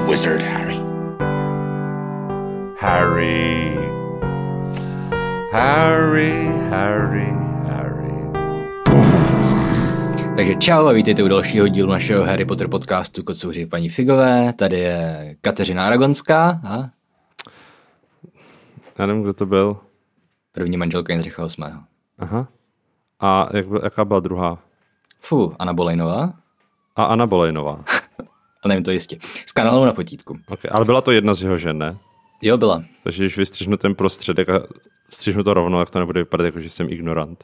wizard, Harry. Harry. Harry, Harry, Harry. Takže čau a vítejte u dalšího dílu našeho Harry Potter podcastu Kocouři paní Figové. Tady je Kateřina Aragonská a... Já nevím, kdo to byl. První manželka Jindřicha VIII. Aha. A jaká byla druhá? Anna Bolejnová. A Anna Bolejnová. A nevím to jistě. S kanálu Na potítku. Okay. Ale byla to jedna z jeho žen, ne? Jo, byla. Takže když vystřihnu ten prostředek a střihnu to rovnou, tak to nebude vypadat jako, že jsem ignorant.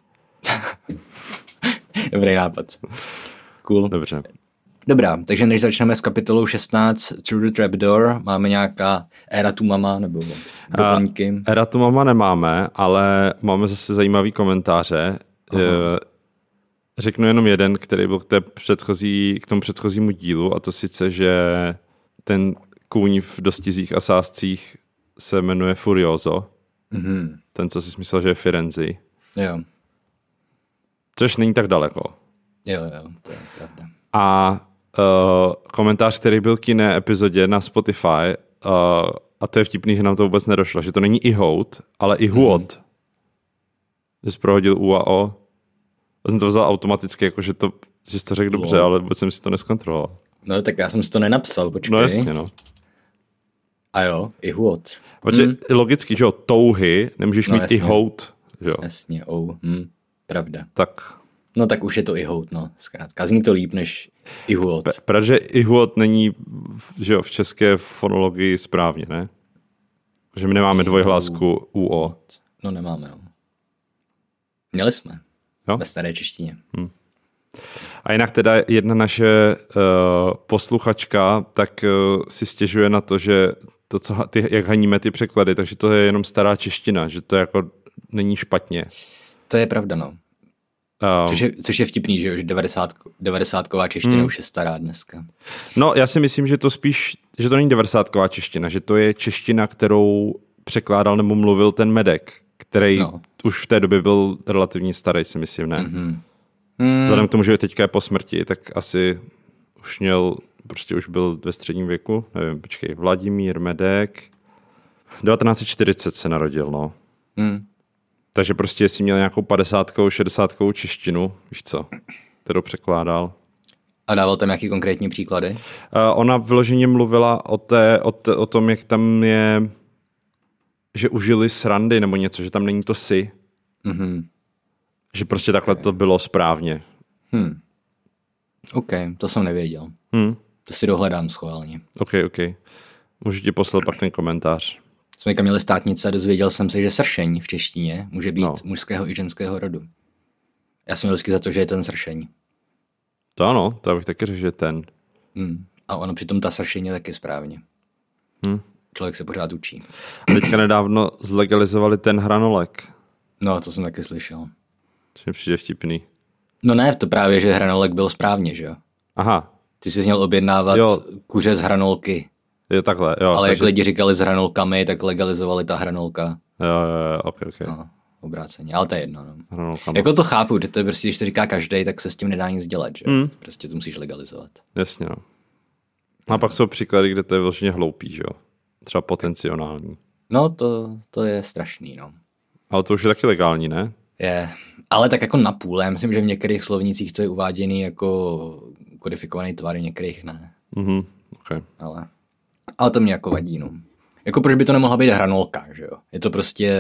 Dobrý nápad. Cool. Dobře. Dobrá, takže než začneme s kapitolou 16 Through the Trapdoor, máme nějaká Errata Mama nebo doplňky? Errata Mama nemáme, ale máme zase zajímavý komentáře. Řeknu jenom jeden, který byl k tomu předchozímu dílu, a to sice, že ten kůň v dostizích a sázcích se jmenuje Furioso. Mm-hmm. Ten, co si myslel, že je Firenzi. Jo. Což není tak daleko. Jo, to je pravda. A komentář, který byl k jiné epizodě na Spotify, a to je vtipný, že nám to vůbec nedošlo, že to není Ihout, ale Ihuot. Že jsi prohodil U a O. Já jsem to vzal automaticky, jako že jsi to řekl dobře, ale vůbec jsem si to neskontroloval. No tak já jsem si to nenapsal, počkej. No jasně, no. A jo, Ihuot. Protože logicky, že jo, touhy, nemůžeš mít Ihout, že jo. Jasně, pravda. Tak. No tak už je to Ihout, no, zkrátka. Zní to líp než Ihuot. Protože Ihuot není, že jo, v české fonologii správně, ne? Že my nemáme dvojhlásku UO. No nemáme, no. Měli jsme. Jo? Ve staré češtině. A jinak teda jedna naše posluchačka tak si stěžuje na to, že to, jak haníme ty překlady, takže to je jenom stará čeština, že to jako není špatně. To je pravda, no. Což je vtipný, že už 90ková čeština už je stará dneska. No, já si myslím, že to spíš, že to není 90ková čeština, že to je čeština, kterou překládal nebo mluvil ten Medek, který už v té době byl relativně starý, si myslím, ne? Mm-hmm. Vzhledem k tomu, že teďka je po smrti, tak asi už byl ve středním věku. Nevím, počkej, Vladimír Medek. 1940 se narodil, no. Takže prostě jestli měl nějakou 50kou, 60kou češtinu, víš co, kterou překládal. A dával tam nějaký konkrétní příklady? Ona vyloženě mluvila o tom, jak tam je, že užili srandy nebo něco, že tam není to si. Mm-hmm. Že prostě takhle to bylo správně. OK, to jsem nevěděl. To si dohledám schválně. OK. Můžu ti poslat pak ten komentář. Jsme měli státnice a dozvěděl jsem se, že sršeň v češtině může být mužského i ženského rodu. Já jsem měl vždycky za to, že je ten sršeň. To ano, to bych taky řekl, že ten. A ono přitom ta sršeň je taky správně. Člověk se pořád učí. Teďka nedávno zlegalizovali ten hranolek. No, to jsem taky slyšel. To mi přijde vtipný. No ne, to právě, že hranolek byl správně, že jo? Aha. Ty jsi měl objednávat kuře z hranolky. Jo, takhle, jo. Ale jak lidi říkali s hranolkami, tak legalizovali ta hranolka. Jo, ok. No, obráceně, ale to je jedno. No. Jako to chápu, že to je prostě, když to říká každej, tak se s tím nedá nic dělat, že? Prostě to musíš legalizovat. Jasně, no. A pak jsou příklady, kde to je vlastně hloupý, že jo? Třeba potenciální. No, to je strašný, no. Ale to už je taky legální, ne? Je, ale tak jako napůl. Já myslím, že v některých slovnicích to je uváděný jako kodifikovaný tvar, některých ne. Okay. Ale to mě jako vadí, no. Jako proč by to nemohla být hranolka, že jo? Je to prostě...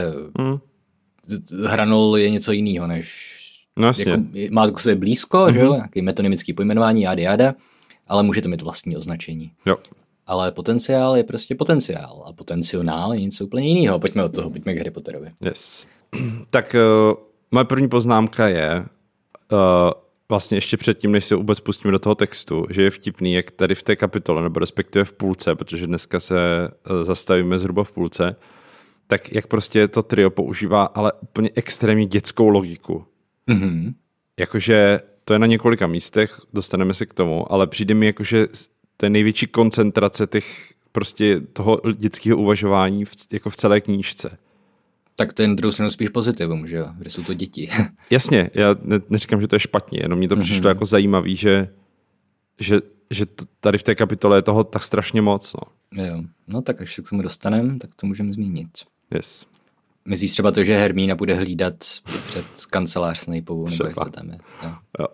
Hranol je něco jiného, než... No jasně. Jako, má k sobě blízko, že jo? Nějaký metonymický pojmenování, jada, ale může to mít vlastní označení. Jo. Ale potenciál je prostě potenciál. A potenciál je něco úplně jiného. Pojďme od toho, pojďme k Harry Potterovi. Yes. Tak moje první poznámka je... vlastně ještě předtím, než se vůbec pustíme do toho textu, že je vtipný, jak tady v té kapitole, nebo respektive v půlce, protože dneska se zastavíme zhruba v půlce, tak jak prostě to trio používá, ale úplně extrémně dětskou logiku. Mm-hmm. Jakože to je na několika místech, dostaneme se k tomu, ale přijde mi jakože to je největší koncentrace prostě toho dětského uvažování jako v celé knížce. Tak to je na druhou stranu spíš pozitivum, že jo? Kde jsou to děti. Jasně, já neříkám, že to je špatně, jenom mně to přišlo jako zajímavý, že tady v té kapitole je toho tak strašně moc. No, jo. No tak až se k tomu dostaneme, tak to můžeme zmínit. yes. Myslíš třeba to, že Hermína bude hlídat před kancelář Snapeovou, nebo jak to tam je? Jo.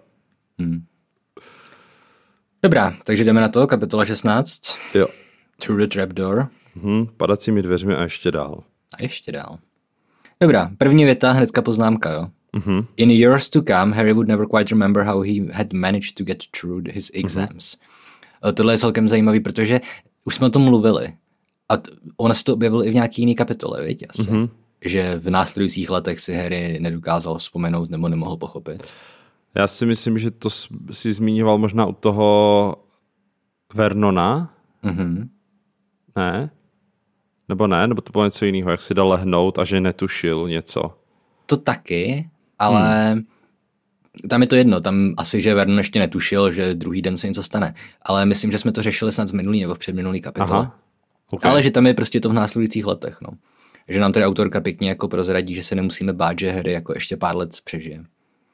Dobrá, takže jdeme na to, kapitola 16. Jo. Through the Trapdoor. Padacími dveřmi a ještě dál. A ještě dál. Dobrá, první věta, hnedka poznámka, jo. In years to come, Harry would never quite remember how he had managed to get through his exams. Tohle je celkem zajímavý, protože už jsme o tom mluvili. A ono se to objevilo i v nějaký jiný kapitole, víš, asi. Že v následujících letech si Harry nedokázal vzpomenout nebo nemohl pochopit. Já si myslím, že to si zmiňoval možná u toho Vernona. Ne? Nebo to bylo něco jiného, jak si dal lehnout a že netušil něco. To taky, ale tam je to jedno, tam asi, že Vernon ještě netušil, že druhý den se něco stane. Ale myslím, že jsme to řešili snad v minulý nebo v předminulý kapitole. Okay. Ale že tam je prostě to v následujících letech, no. Že nám tady autorka pěkně jako prozradí, že se nemusíme bát, že Harry jako ještě pár let přežije.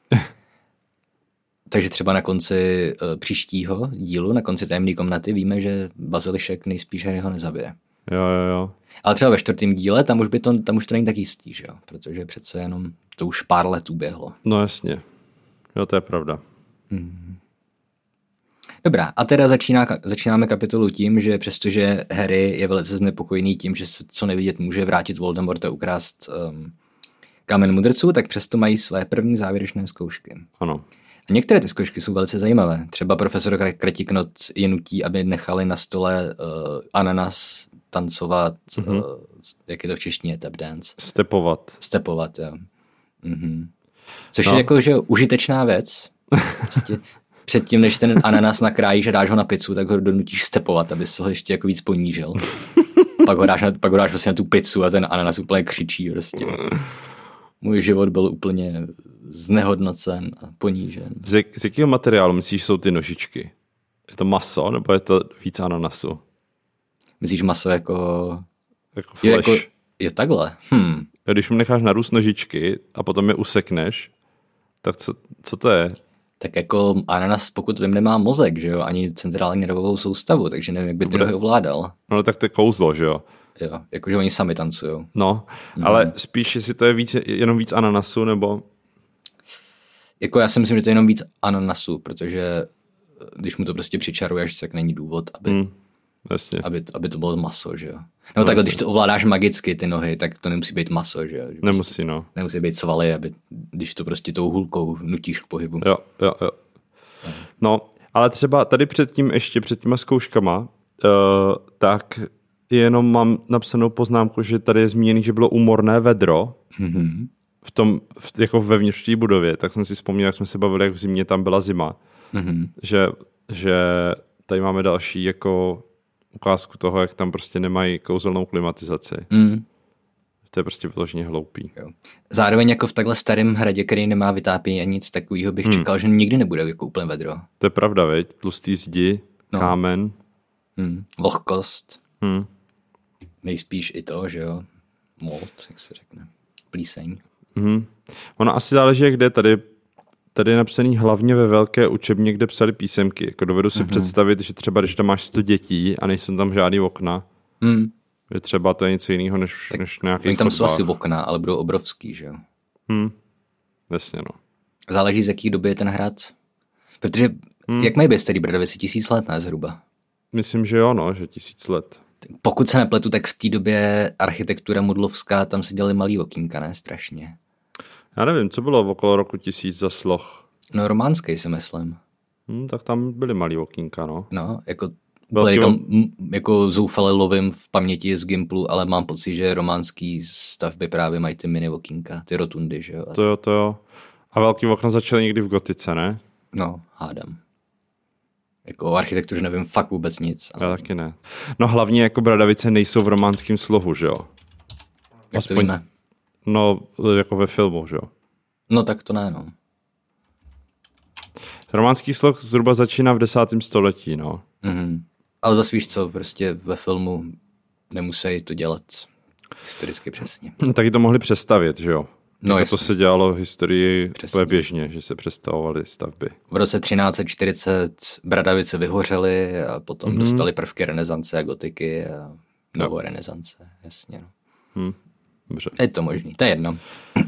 Takže třeba na konci příštího dílu, na konci tajemné komnaty, víme, že Bazilišek nejspíš Harryho nezabije. Jo. Ale třeba ve 4. díle, tam už to není tak jistý, že jo? Protože přece jenom to už pár let uběhlo. No jasně. Jo, to je pravda. Dobrá, a teda začínáme kapitolu tím, že přestože Harry je velice znepokojený tím, že se co nevidět může vrátit Voldemorta ukrást kámen mudrců, tak přesto mají své první závěrečné zkoušky. Ano. A některé ty zkoušky jsou velice zajímavé. Třeba profesor Kratiknot je nutí, aby nechali na stole ananas tancovat, jak je to v češtině, tap dance. Stepovat, jo. Což je jako, že užitečná věc. Prostě předtím, než ten ananas nakrájíš a dáš ho na pizzu, tak ho donutíš stepovat, aby se ho ještě jako víc ponížil. pak ho dáš vlastně na tu pizzu a ten ananas úplně křičí. Prostě. Můj život byl úplně znehodnocen a ponížen. Z jakého materiálu myslíš, jsou ty nožičky? Je to maso, nebo je to víc ananasu? Myslíš maso jako flash? Je takhle? Když mu necháš narůst nožičky a potom je usekneš, tak co to je? Tak jako ananas, pokud vím, nemá mozek, že jo? Ani centrální nervovou soustavu, takže nevím, jak by ty nohy ovládal. No tak to je kouzlo, že jo? Jo, jakože oni sami tancujou. No, ale spíš, jestli to je jenom víc ananasu, nebo... Jako já si myslím, že to je jenom víc ananasu, protože když mu to prostě přičaruješ, tak není důvod, aby to bylo maso, že jo. No takhle, když to ovládáš magicky ty nohy, tak to nemusí být maso, že jo. Nemusí, no. Nemusí být svaly, když to prostě tou hůlkou nutíš k pohybu. Jo. No, ale třeba tady před těma zkouškama, tak jenom mám napsanou poznámku, že tady je zmíněný, že bylo úmorné vedro jako vevnitř té budově, tak jsem si vzpomněl, jak jsme se bavili, jak v zimě tam byla zima. Že tady máme další jako ukázku toho, jak tam prostě nemají kouzelnou klimatizaci. To je prostě vyloženě hloupý. Jo. Zároveň jako v takhle starém hradě, který nemá vytápění a nic takového, bych čekal, že nikdy nebude jako úplně vedro. To je pravda, veď? Tlustý zdi, kámen. Vlhkost. Nejspíš i to, že jo. Mold, jak se řekne. Plíseň. Ono asi záleží, jak jde. Tady je napsaný hlavně ve velké učebně, kde psali písemky. Jako dovedu si představit, že třeba když tam máš 100 dětí a nejsou tam žádný okna, že třeba to je něco jiného než nějaký tam jsou asi okna, ale budou obrovský, že jo? Jasně, no. Záleží, z jaký doby je ten hrad. Protože jak mají být starý Bradavici? 1000 let, ne zhruba? Myslím, že jo, no, že 1000 let. Pokud se nepletu, tak v té době architektura mudlovská, tam se dělaly malý okýnka, ne? Strašně. Já nevím, co bylo okolo roku 1000 za sloh. No, románský si myslím. Tak tam byly malý okýnka, no. No, jako zoufale lovím v paměti z Gimplu, ale mám pocit, že románský stavby právě mají ty mini okýnka, ty rotundy, že jo? To jo. A velký okna začaly někdy v gotice, ne? No, hádám. Jako o architektuře nevím fakt vůbec nic. Ale... Já taky ne. No hlavně jako Bradavice nejsou v románském slohu, že jo? Jak to víme? No, jako ve filmu, že jo? No tak to ne, no. Románský sloh zhruba začíná v 10. století, no. Ale zase víš co, prostě ve filmu nemusí to dělat historicky přesně. Taky to mohli přestavět, že jo? No, to se dělalo v historii běžně, že se přestavovaly stavby. V roce 1340 Bradavice vyhořely a potom dostali prvky renesance a gotiky a novou renesance, jasně. No. Dobře. Je to možný, to je jedno.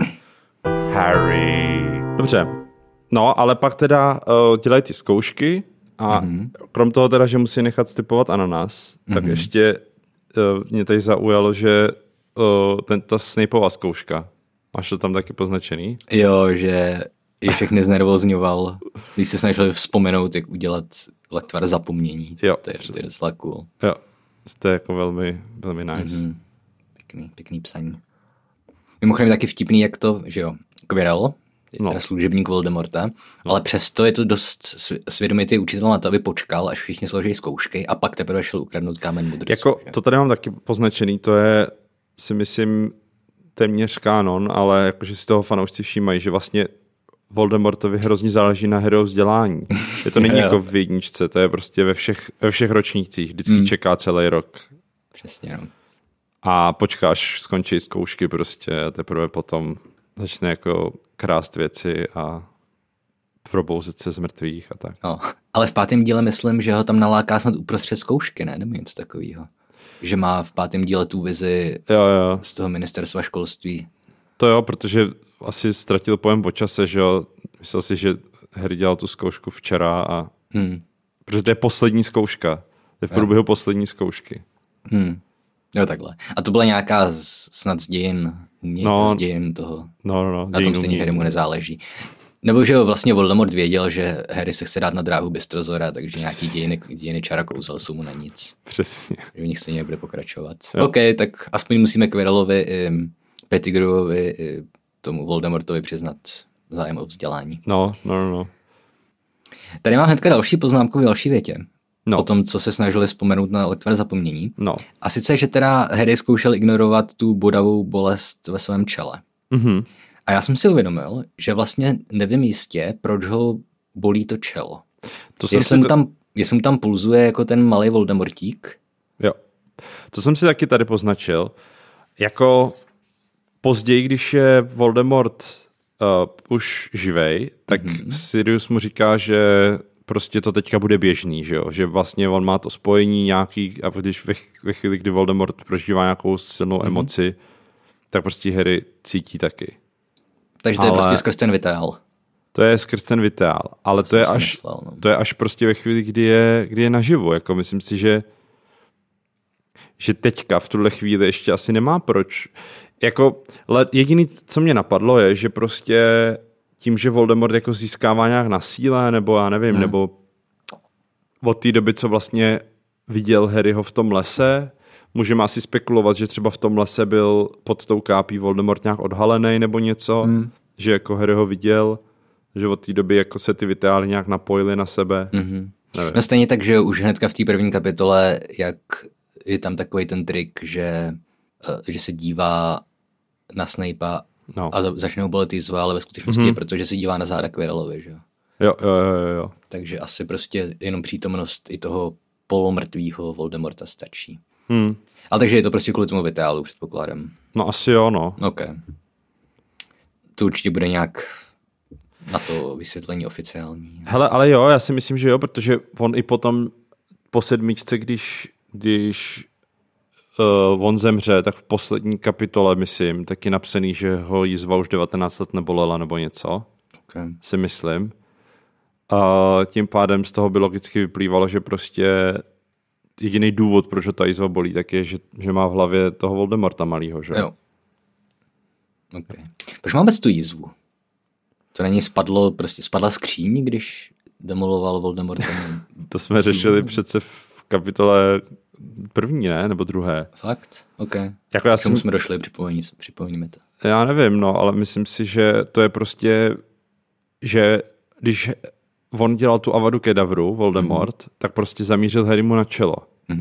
Harry. Dobře. No, ale pak teda dělají ty zkoušky a krom toho teda, že musí nechat stipovat ananas, tak ještě mě tady zaujalo, že ta Snapeova zkouška, máš to tam taky poznačený? Jo, že je všechny znervozňoval, když se snažili vzpomenout, jak udělat lektvar zapomnění. Jo. To je docela cool. Jo, to je jako velmi, velmi nice. Pěkný psaní. Mimochodem taky vtipný, jak to, že jo, Quirrell, je teda služebník Voldemorta, ale přesto je to dost svědomitý učitel na to, aby počkal, až všichni složí zkoušky a pak teprve šel ukradnout kámen mudrců. Jako, to tady mám taky poznačený, to je, si myslím, téměř kanon, ale jakože si toho fanoušci všímají, že vlastně Voldemortovi hrozně záleží na Harryho vzdělání. Je to není jako v jedničce, to je prostě ve všech ročnících, vždycky čeká celý rok. Přesně, no. A počkáš, skončí zkoušky prostě a teprve potom začne jako krást věci a probouzet se z mrtvých a tak. No, ale v 5. díle myslím, že ho tam naláká snad uprostřed zkoušky, ne? Nebo něco takového. Že má v 5. díle tu vizi z toho ministerstva školství. To jo, protože asi ztratil pojem o čase, že jo. Myslel si, že Harry dělal tu zkoušku včera a protože to je poslední zkouška. To je v průběhu poslední zkoušky. Jo, takhle. A to byla nějaká snad z dějin z dějin toho. No. Na tom stejně Harrymu nezáleží. Nebo že jo, vlastně Voldemort věděl, že Harry se chce dát na dráhu Bystrozora, takže nějaký dějiny čara kouzel jsou mu na nic. Přesně. Že v nich stejně nebude pokračovat. Jo. OK, tak aspoň musíme Quirrellovi i Pettigrewovi i tomu Voldemortovi přiznat zájem o vzdělání. No. Tady mám hnedka další poznámku v další větě. O tom, co se snažili vzpomenout na lektvar zapomnění. No. A sice, že teda Harry zkoušel ignorovat tu bodavou bolest ve svém čele. A já jsem si uvědomil, že vlastně nevím jistě, proč ho bolí to čelo. Jestli mu tam pulzuje jako ten malý Voldemortík. Jo. To jsem si taky tady poznačil. Jako později, když je Voldemort už živej, tak Sirius mu říká, že prostě to teďka bude běžný, že jo? Že vlastně on má to spojení nějaký a když ve chvíli, kdy Voldemort prožívá nějakou silnou emoci, tak prostě Harry cítí taky. Takže to je prostě skrz ten vitál. To je skrz ten vitál, ale to je až prostě ve chvíli, kdy je naživu. Jako myslím si, že teďka v tuhle chvíli ještě asi nemá proč. Jako jediný, co mě napadlo, je, že prostě tím, že Voldemort jako získává nějak na síle, nebo já nevím, nebo od té doby, co vlastně viděl Harryho v tom lese, můžeme asi spekulovat, že třeba v tom lese byl pod tou kápí Voldemort nějak odhalený nebo něco, že jako Harryho viděl, že od té doby jako se ty vitály nějak napojily na sebe. No stejně tak, že už hnedka v té první kapitole, jak je tam takový ten trik, že se dívá na Snape'a a začne ho bolet jízva, ale ve skutečnosti je protože se dívá na záda Quirrellovi, že jo. Jo. Takže asi prostě jenom přítomnost i toho polomrtvýho Voldemorta stačí. Ale takže je to prostě kvůli tomu vitálu, předpokládám. No asi jo, no. OK. To určitě bude nějak na to vysvětlení oficiální. Hele, ale jo, já si myslím, že jo, protože on i potom po 7, když on zemře, tak v poslední kapitole, myslím, tak je napsaný, že ho jízva už 19 let nebolela nebo něco. Okay. Si myslím. A tím pádem z toho by logicky vyplývalo, že prostě jediný důvod, proč ho ta jízva bolí, tak je, že má v hlavě toho Voldemorta malýho, že? Jo. Okay. Proč má vůbec tu jízvu? To na něj spadla skříň, když demoloval Voldemorta? To jsme řešili přece v kapitole první, ne? Nebo druhé. Fakt? OK. Jako k čemu jsme došli, připomeňme to. Já nevím, no, ale myslím si, že to je prostě, že když on dělal tu Avadu Kedavru, Voldemort, tak prostě zamířil Harrymu na čelo.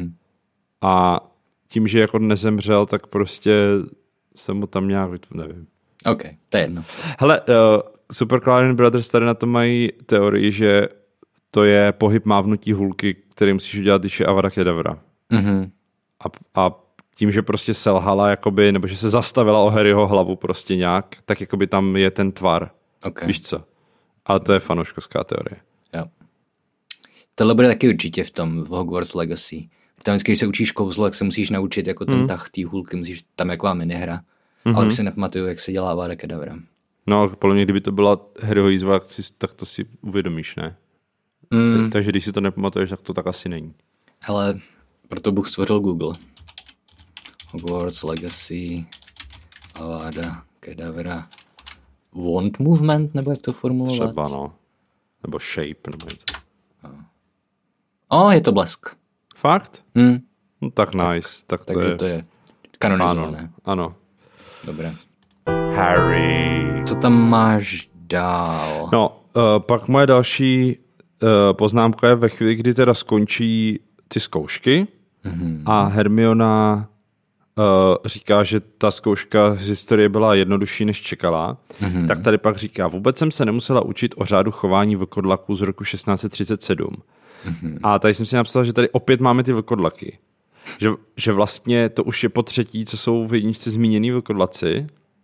A tím, že jako nezemřel, tak prostě se mu tam nějak, nevím. OK, to je jedno. Hele, Super Clarion Brothers tady na to mají teorii, že to je pohyb mávnutí hůlky, který musíš udělat, když je Avada Kedavra. A tím, že prostě selhala, jakoby, nebo že se zastavila o Harryho hlavu prostě nějak, tak jakoby tam je ten tvar. Okay. Víš co? Ale to je fanouškovská teorie. Jo. Tohle bude taky určitě v Hogwarts Legacy. Tam vždycky, když se učíš kouzlo, tak se musíš naučit jako ten tah té hůlky, musíš tam jako minihra. Ale už si nepamatuju, jak se dělá Avada Kedavra. No, podle mě, kdyby to byla Harryho jízva, tak to si uvědomíš, ne? Takže když si to nepamatuješ, tak to tak asi není. Hele, proto Bůh stvořil Google. Hogwarts Legacy, Avada Kedavra, Wand Movement, nebo jak to formulovat? Třeba, no. Nebo Shape, nebo něco. Je to blesk. Fakt? No, tak nice. Takže to je kanonizované. Ano. Dobré. Harry. Co tam máš dál? No, pak moje další poznámka je ve chvíli, kdy teda skončí ty zkoušky a Hermiona říká, že ta zkouška z historie byla jednodušší, než čekala, tak tady pak říká, vůbec jsem se nemusela učit o řádu chování vlkodlaků z roku 1637. A tady jsem si napsal, že tady opět máme ty vlkodlaky. Že vlastně to už je po třetí, co jsou v jedničce zmíněný vlkodlaci.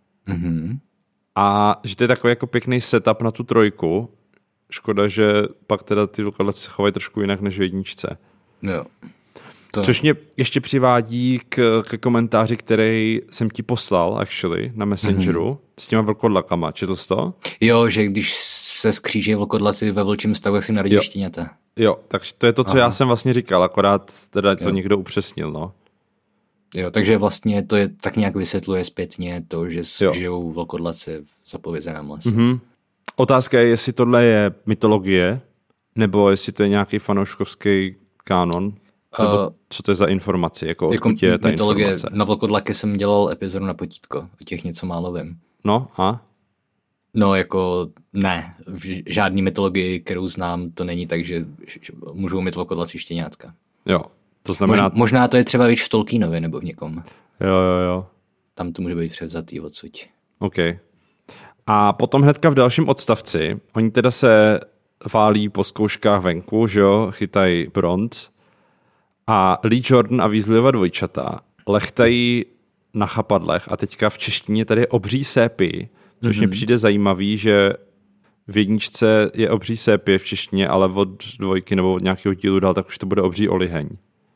A že to je takový jako pěkný setup na tu trojku. Škoda, že pak teda ty vlkodlaci se chovají trošku jinak než v jedničce. Jo. Což mě ještě přivádí k komentáři, který jsem ti poslal, actually, na Messengeru, s těma vlkodlakama. Četl jsi to? Jo, že když se skříží vlkodlaci ve vlčím stavu, jak si narodí štěněta. Jo, takže to je to, co já jsem vlastně říkal, akorát teda to někdo upřesnil, no. Jo, takže vlastně to je tak nějak vysvětluje zpětně to, že žijou vlkodlaci v zapovězeném lese. Otázka je, jestli tohle je mytologie, nebo jestli to je nějaký fanouškovský kánon, nebo co to je za informace, jako odkud je ta mytologie, informace. Na vlkodlaky jsem dělal epizodu na potítko, o těch něco málo vím. No a? No jako ne, v žádný mytologii, kterou znám, to není tak, že můžou mít vlkodlaci štěňátka. Jo, to znamená... Možná to je třeba víc v Tolkienovi nebo v někom. Jo. Tam to může být převzatý odsud. OK. A potom hnedka v dalším odstavci, oni teda se válí po zkouškách venku, že jo, chytají bronz a Lee Jordan a Weasleyova dvojčata lechtají na chapadlech a teďka v češtině tady je obří sépy, což mi přijde zajímavý, že v jedničce je obří sépie v češtině, ale od dvojky nebo od nějakého dílu dál, tak už to bude obří oliheň.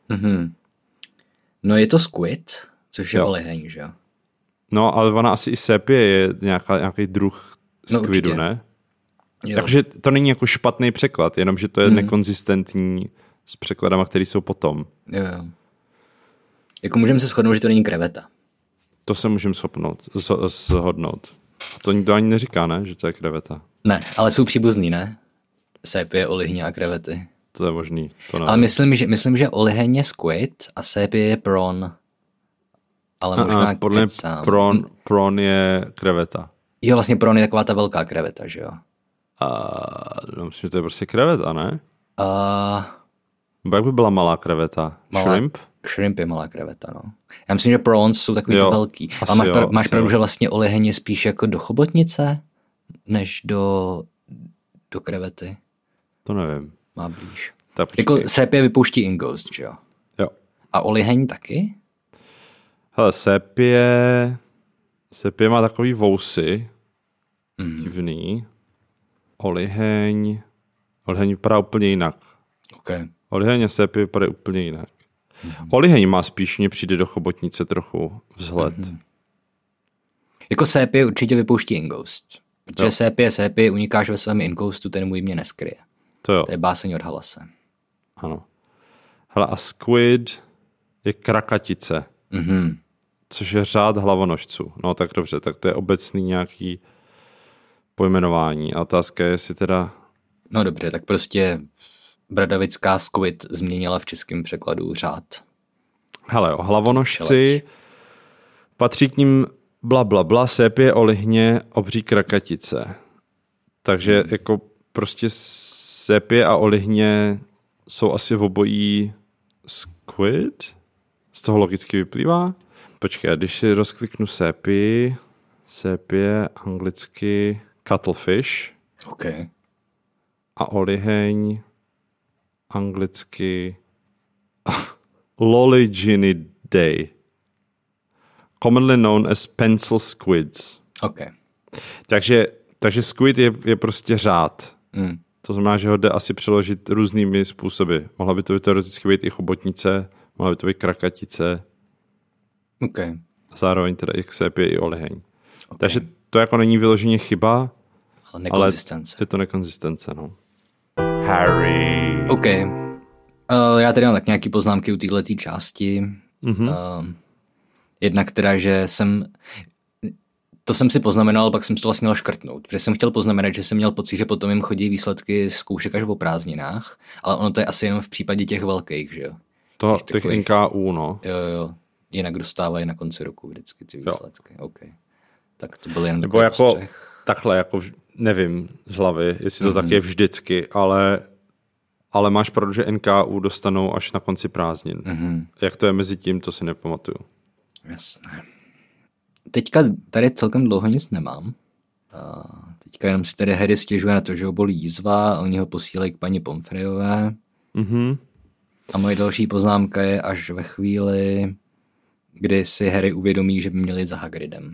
No je to squid, což je oliheň, že jo? No, ale ona asi i sépie je nějaký druh squidu, ne? Jo. Takže to není jako špatný překlad, jenom že to je nekonzistentní s překladama, které jsou potom. Jo. Jako můžeme se shodnout, že to není kreveta. To se můžeme shodnout. To nikdo ani neříká, ne? Že to je kreveta. Ne, ale jsou příbuzný, ne? Sépie, olihně a krevety. To je možný. To ale myslím, že oliheň je squid a sépie je prawn. Ale možná podle mě prawn je kreveta. Jo, vlastně prawn je taková ta velká kreveta, že jo? No, myslím, že to je prostě kreveta, ne? Jak by byla malá kreveta? Shrimp? Shrimp je malá kreveta, no. Já myslím, že prawns jsou takový to velký. Ale máš pravdu, že vlastně oliheň je spíš jako do chobotnice, než do krevety. To nevím. Má blíž. Jako sépie vypouští ingoust, že jo? Jo. A oliheň taky? Hele, sépie má takový vousy. Divný. Oliheň vypadá úplně jinak. Okay. Oliheň a sépie vypadá úplně jinak. Oliheň má spíš, mně přijde do chobotnice trochu vzhled. Jako sépie určitě vypouští ingoust. Protože sépie unikáš ve svém ingoustu, ten můj mě neskryje. To je báseň od Halase. Ano. Hele, a squid je krakatice. Což je řád hlavonožců. No tak dobře, tak to je obecný nějaký pojmenování. A otázka je, jestli teda... No dobře, tak prostě bradavická squid změnila v českém překladu řád. Hele, hlavonožci, patří k ním blablabla, sépie, olihně, obří krakatice. Takže jako prostě sépie a olihně jsou asi v obojí squid? Z toho logicky vyplývá? Počkej, když si rozkliknu sépie, anglicky cuttlefish. OK. A oliheň, anglicky Lolliginidae. commonly known as pencil squids. Okay. Takže squid je prostě řád. To znamená, že ho jde asi přeložit různými způsoby. Mohla by to teoreticky být i chobotnice, mohla by to být krakatice. Okay. A zároveň teda i ksép je i oliheň. Okay. Takže to jako není vyloženě chyba, ale je to nekonzistence. No. Harry. OK. Já tady mám tak nějaký poznámky u této části. Jedna, která, že to jsem si poznamenal, pak jsem to vlastně měl škrtnout, protože jsem chtěl poznamenat, že jsem měl pocit, že potom jim chodí výsledky zkoušek až o prázdninách, ale ono to je asi jenom v případě těch velkých, že jo? Těch NKU, no. Jo. Jinak dostávají na konci roku vždycky ty výsledky. OK. Tak to byl jen takový postřeh. Takhle, jako nevím z hlavy, jestli to tak je vždycky, ale máš pravdu, že NKU dostanou až na konci prázdnin. Jak to je mezi tím, to si nepamatuju. Jasné. Teďka tady celkem dlouho nic nemám. Teďka jenom si tady Harry stěžuje na to, že ho bolí jízva a oni ho posílají k paní Pomfreyové. A moje další poznámka je až ve chvíli, kdy si Harry uvědomí, že by měli jít za Hagridem.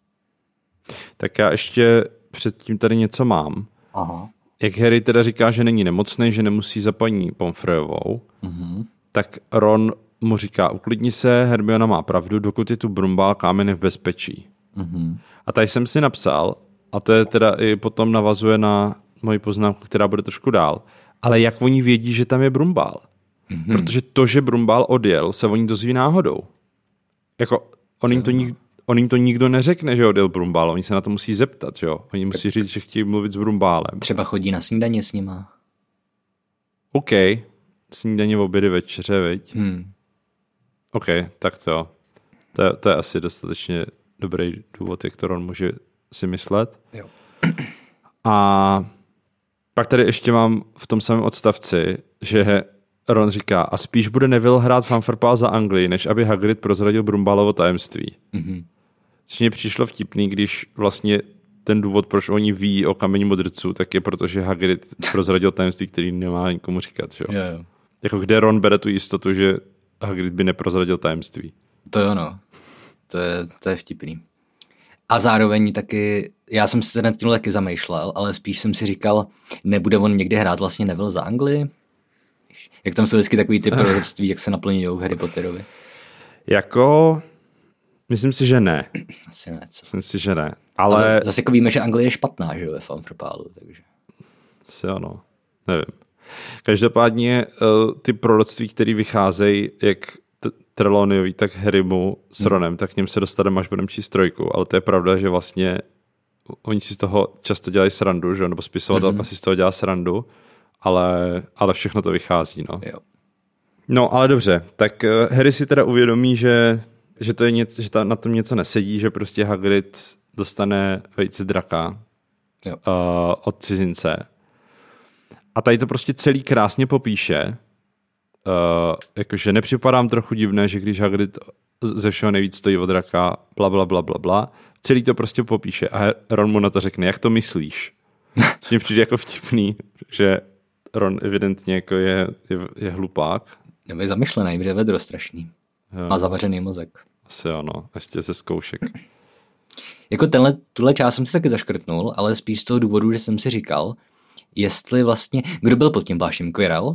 Tak já ještě předtím tady něco mám. Aha. Jak Harry teda říká, že není nemocný, že nemusí za paní Pomfreyovou, tak Ron mu říká, uklidni se, Hermiona má pravdu, dokud je tu Brumbál, kámen je v bezpečí. A tady jsem si napsal, a to je teda i potom navazuje na moji poznámku, která bude trošku dál, ale jak oni vědí, že tam je Brumbál? Protože to, že Brumbál odjel, se oni dozví náhodou. Jako, on jim to nikdo neřekne, že odjel Brumbál, oni se na to musí zeptat, že jo? Oni musí říct, že chtějí mluvit s Brumbálem. Třeba chodí na snídaně s nima. OK, snídaně, obědy, večeře, viď? OK, tak to je asi dostatečně dobrý důvod, jak to Ron může si myslet. Jo. A pak tady ještě mám v tom samém odstavci, že Ron říká, a spíš bude Neville hrát fanfarpál za Anglii, než aby Hagrid prozradil Brumbálovo tajemství. Což mě přišlo vtipný, když vlastně ten důvod, proč oni ví o kameni modrců, tak je proto, že Hagrid prozradil tajemství, který nemá nikomu říkat. Že? Jo. Jako kde Ron bere tu jistotu, že Hagrid by neprozradil tajemství. To jo, no. To je vtipný. A zároveň taky, já jsem se nad tím taky zamýšlel, ale spíš jsem si říkal, nebude on někdy hrát vlastně Neville za Anglii? Jak tam jsou vždycky takový ty proroctví, jak se naplňují v Harry Potterovi? Jako, myslím si, že ne. Asi ne. Co? Myslím si, že ne. Ale zase jako víme, že Anglie je špatná, že jo, ve fanfarpálu, takže. Asi ano, nevím. Každopádně ty proroctví, které vycházejí, jak Trelawneyový, tak Harrymu s Ronem, tak k něm se dostaneme, až budeme číst trojku, ale to je pravda, že vlastně oni si z toho často dělají srandu, že? Nebo spisovatelka si z toho dělá srandu, ale všechno to vychází. No. Jo. No, ale dobře, tak Harry si teda uvědomí, že to je něco, že na tom něco nesedí, že prostě Hagrid dostane vejce draka od cizince. A tady to prostě celý krásně popíše, jakože nepřipadám trochu divné, že když Hagrid ze všeho nejvíc stojí od draka, bla. Celý to prostě popíše a Ron mu na to řekne, jak to myslíš? Což mi přijde jako vtipný, že Ron evidentně jako je hlupák. Nebo je zamyšlený, je vedro strašný. Má zavařený mozek. Asi ano, ještě ze zkoušek. Jako tuhle část jsem si taky zaškrtnul, ale spíš z toho důvodu, že jsem si říkal, jestli vlastně, kdo byl pod tím pláštěm, Quirrell?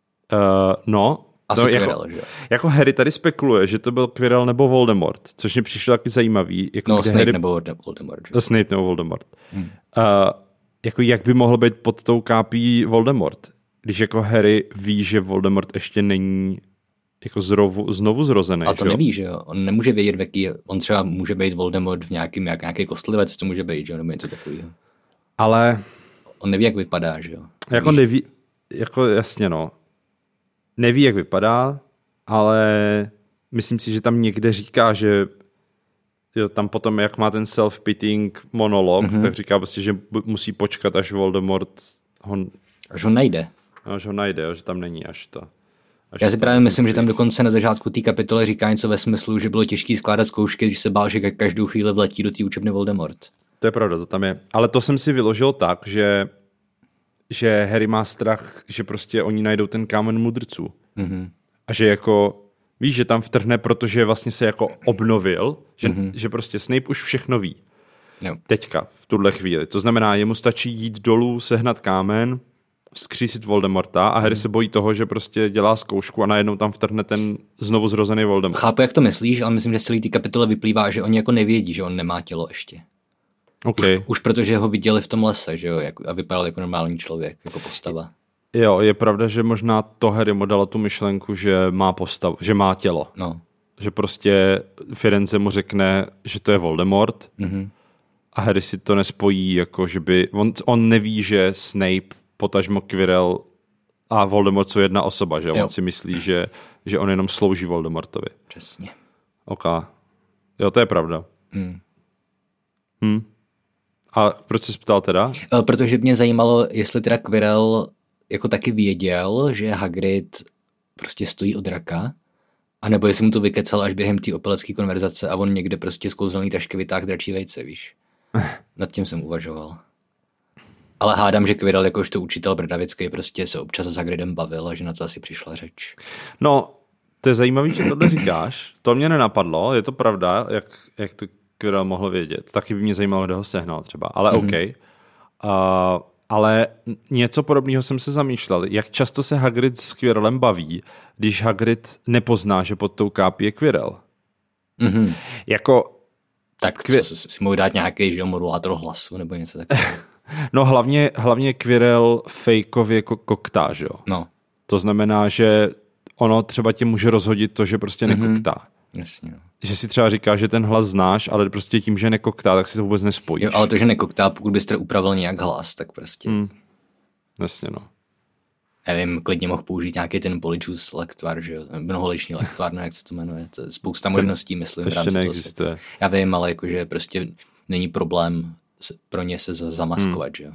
Asi Quirrell, že? Jako Harry tady spekuluje, že to byl Quirrell nebo Voldemort, což mě přišlo taky zajímavý. Jako Snape Harry... nebo Voldemort. Že? Snape nebo Voldemort. Jako jak by mohl být pod tou kápí Voldemort, když jako Harry ví, že Voldemort ještě není jako znovu zrozený. A to neví, že jo? On nemůže vědět, v jaký, on třeba může být Voldemort v nějaký kostlivec, to může být, že jo? Nebo něco takového. Ale on neví, jak vypadá, že jo? Jako neví, jako jasně no. Neví, jak vypadá, ale myslím si, že tam někde říká, že jo, tam potom, jak má ten self-pitying monolog, tak říká prostě, že musí počkat, až Voldemort až ho najde. Až ho najde, jo, že tam není až to. Já si právě myslím, že tam dokonce na začátku té kapitoly říká něco ve smyslu, že bylo těžké skládat zkoušky, když se bál, že každou chvíli vletí do té učebny Voldemort. To je pravda, to tam je. Ale to jsem si vyložil tak, že Harry má strach, že prostě oni najdou ten kámen mudrců. A že jako Víš, že tam vtrhne, protože vlastně se jako obnovil, že prostě Snape už všechno ví. Jo. Teďka, v tuhle chvíli. To znamená, jemu stačí jít dolů, sehnat kámen, vzkřísit Voldemorta a Harry se bojí toho, že prostě dělá zkoušku a najednou tam vtrhne ten znovu zrozený Voldemort. Chápu, jak to myslíš, ale myslím, že z celý té kapitole vyplývá, že oni jako nevědí, že on nemá tělo ještě. Okay. Už protože ho viděli v tom lese, že jo, a vypadal jako normální člověk, jako postava. Jo, je pravda, že možná to Harry mu dalo tu myšlenku, že má postavu, že má tělo. No. Že prostě Firenze mu řekne, že to je Voldemort a Harry si to nespojí, jako že by... On neví, že Snape, potažmo Quirrell a Voldemort jsou jedna osoba, že? On si myslí, že on jenom slouží Voldemortovi. Přesně. OK. Jo, to je pravda. A proč jsi ptal teda? Protože mě zajímalo, jestli teda Quirrell jako taky věděl, že Hagrid prostě stojí od draka, anebo jestli mu to vykecal až během té opelecké konverzace a on někde prostě z kouzelný tašky vytáhl dračí vejce, víš. Nad tím jsem uvažoval. Ale hádám, že Quirrell jakožto učitel brdavický prostě se občas s Hagridem bavil a že na to asi přišla řeč. No, to je zajímavé, že tohle říkáš. To mě nenapadlo, je to pravda, jak to Quirrell mohl vědět. Taky by mě zajímalo, kde ho sehnal třeba, ale OK. Ale něco podobného jsem se zamýšlel. Jak často se Hagrid s Quirrellem baví, když Hagrid nepozná, že pod tou kápí je Quirrell? Jako... Tak si mohl dát nějaký modulátor hlasu nebo něco takového. No hlavně Quirrell fejkově koktá, že jo? No. To znamená, že ono třeba tě může rozhodit to, že prostě nekoktá. Jasně. No. Že si třeba říká, že ten hlas znáš, ale prostě tím, že nekoktá, tak si to vůbec nespojíš. Jo, ale to, že nekoktá, pokud byste upravil nějak hlas, tak prostě... Jasně, no. Nevím, klidně mohl použít nějaký ten Polyjuice lektvar, že jo? Mnoholiční lektvar, jak se to jmenuje. To je spousta možností, myslím, v rámci neexistuje. Toho já vím, ale jakože prostě není problém pro ně se zamaskovat, že jo?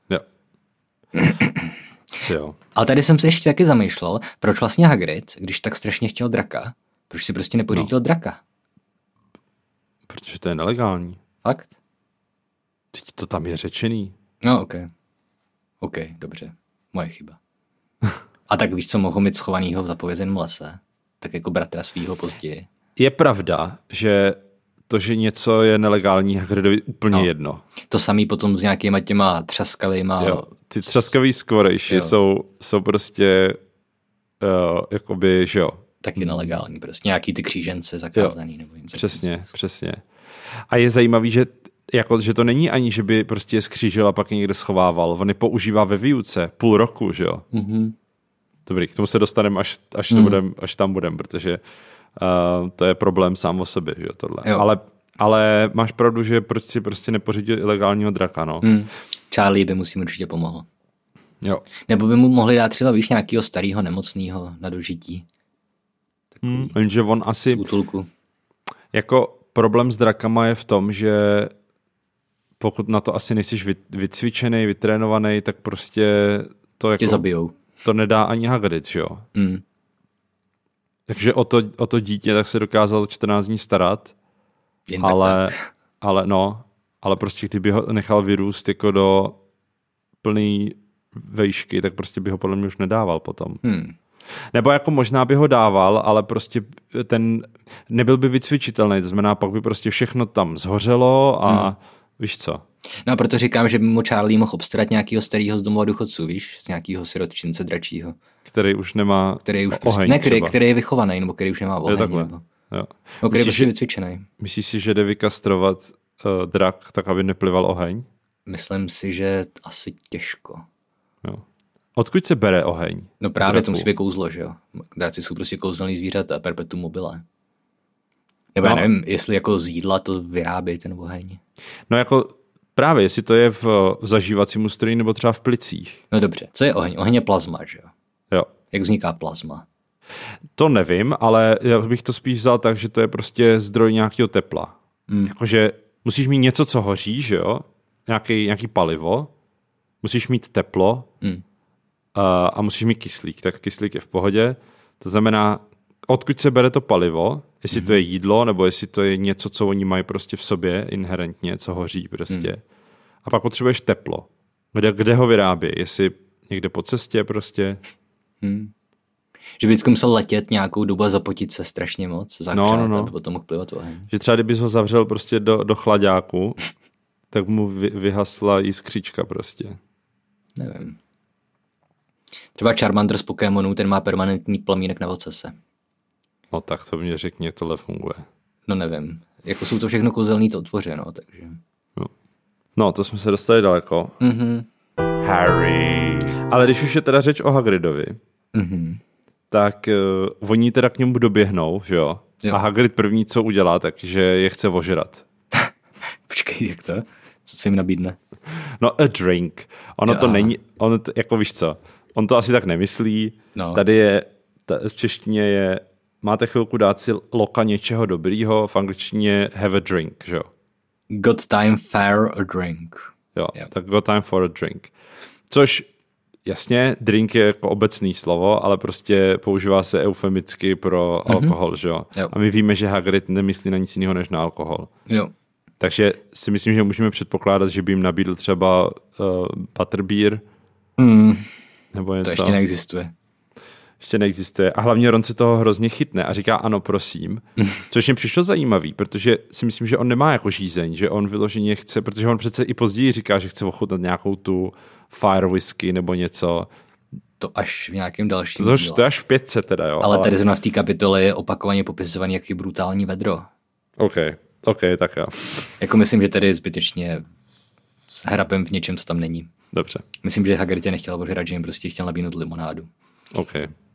Jo. Ale tady jsem se ještě taky zamýšlel, proč vlastně Hagrid, když tak strašně chtěl draka, proč si prostě nepořídil draka? Protože to je nelegální. Fakt? Teď to tam je řečený. No, OK, dobře. Moje chyba. A tak víš, co mohl mít schovanýho v zapovězeném lese? Tak jako bratra svýho později. Je pravda, že to, že něco je nelegální, Hagridovi úplně jedno. To samý potom s nějakýma těma třaskavýma... Jo, ty třaskavý skvorejši jsou prostě jakoby, že jo. Taky nelegální, prostě nějaký ty křížence zakázaný nebo něco. Přesně. A je zajímavý, že to není ani, že by prostě je skřížil a pak je někde schovával. On je používá ve výuce půl roku, že jo. Dobrý, k tomu se dostaneme, až tam budem, protože to je problém sám o sobě, že jo, tohle. Ale máš pravdu, že proč si prostě nepořídil ilegálního draka, no. Charlie by mu si určitě pomohl. Jo. Nebo by mu mohli dát třeba, víš, nějakého starého nemocného na dožití. Jenže on asi... Z útulku. Jako problém s drakama je v tom, že pokud na to asi nejsi vycvičený, vytrénovaný, tak prostě to jako... Tě zabijou. To nedá ani Hagrid, že jo? Takže o to dítě tak se dokázal 14 dní starat, ale prostě kdyby ho nechal vyrůst jako do plný vejšky, tak prostě by ho podle mě už nedával potom. Nebo jako možná by ho dával, ale prostě ten nebyl by vycvičitelný, to znamená, pak by prostě všechno tam zhořelo a víš co. No a proto říkám, že by mu Charlie mohl obstarat nějakého starého z domova důchodců, víš, z nějakého sirotčince dračího. Který už nemá oheň. Ne, který je vychovaný, nebo který už nemá oheň. Nebo který je prostě vycvičený. Myslíš si, že jde vykastrovat drak tak, aby neplival oheň? Myslím si, že asi těžko. Jo. Odkud se bere oheň? No právě to musí být kouzlo, že jo. Draci jsou prostě kouzelný zvířata, perpetuum mobile. Nebo já nevím, jestli jako z jídla to vyrábí ten oheň. No jako právě, jestli to je v zažívacím ústrojí nebo třeba v plicích. No dobře, co je oheň? Oheň je plazma, že jo? Jo. Jak vzniká plazma? To nevím, ale já bych to spíš vzal tak, že to je prostě zdroj nějakého tepla. Jakože musíš mít něco, co hoří, že jo? Nějaký palivo, musíš mít teplo a musíš mít kyslík. Tak kyslík je v pohodě. To znamená, odkud se bere to palivo, jestli to je jídlo, nebo jestli to je něco, co oni mají prostě v sobě inherentně, co hoří prostě. A pak potřebuješ teplo. Kde ho vyrábí? Jestli někde po cestě prostě? Že vždycky musel letět nějakou dobu a zapotit se strašně moc, zahřát, aby potom mohl plivat oheň. Že třeba kdybys ho zavřel prostě do chladáku, tak mu vyhasla jiskřička prostě. Nevím. Třeba Charmander z Pokémonů, ten má permanentní plamínek na ocase. No tak to mě řekni, tohle funguje. No nevím. Jako jsou to všechno kouzelný to otvoře, no, takže. No, to jsme se dostali daleko. Harry. Ale když už je teda řeč o Hagridovi, tak oni teda k němu doběhnou, že jo? A Hagrid první, co udělá, takže je chce ožrat. Počkej, jak to? Co se jim nabídne? No, a drink. Ono to není, jako víš co, on to asi tak nemyslí. No. Tady je, v češtině je, máte chvilku dát si loka něčeho dobrýho, v angličtině have a drink, že jo? Got time for a drink. Jo, tak got time for a drink. Což, jasně, drink je jako obecný slovo, ale prostě používá se eufemicky pro alkohol, že jo? A my víme, že Hagrid nemyslí na nic jiného než na alkohol. Jo. Takže si myslím, že můžeme předpokládat, že by jim nabídl třeba butterbeer. Nebo něco. To ještě neexistuje. Ještě neexistuje. A hlavně Ron se toho hrozně chytne a říká ano, prosím. Což mě přišlo zajímavý, protože si myslím, že on nemá jako žízeň, že on vyloženě chce, protože on přece i později říká, že chce ochutnat nějakou tu fire whisky nebo něco. To až v nějakém dalším To až v 5 teda, jo. Ale tady zrovna v té kapitole je opakovaně popisovaný, jaký brutální vedro. OK, tak jo. Jako myslím, že tady je zbytečně s hrabem v něčem, co tam není. Dobře. Myslím, že Hagrid je nechtěl ožrat, že jim prostě chtěl nabídnout limonádu. OK.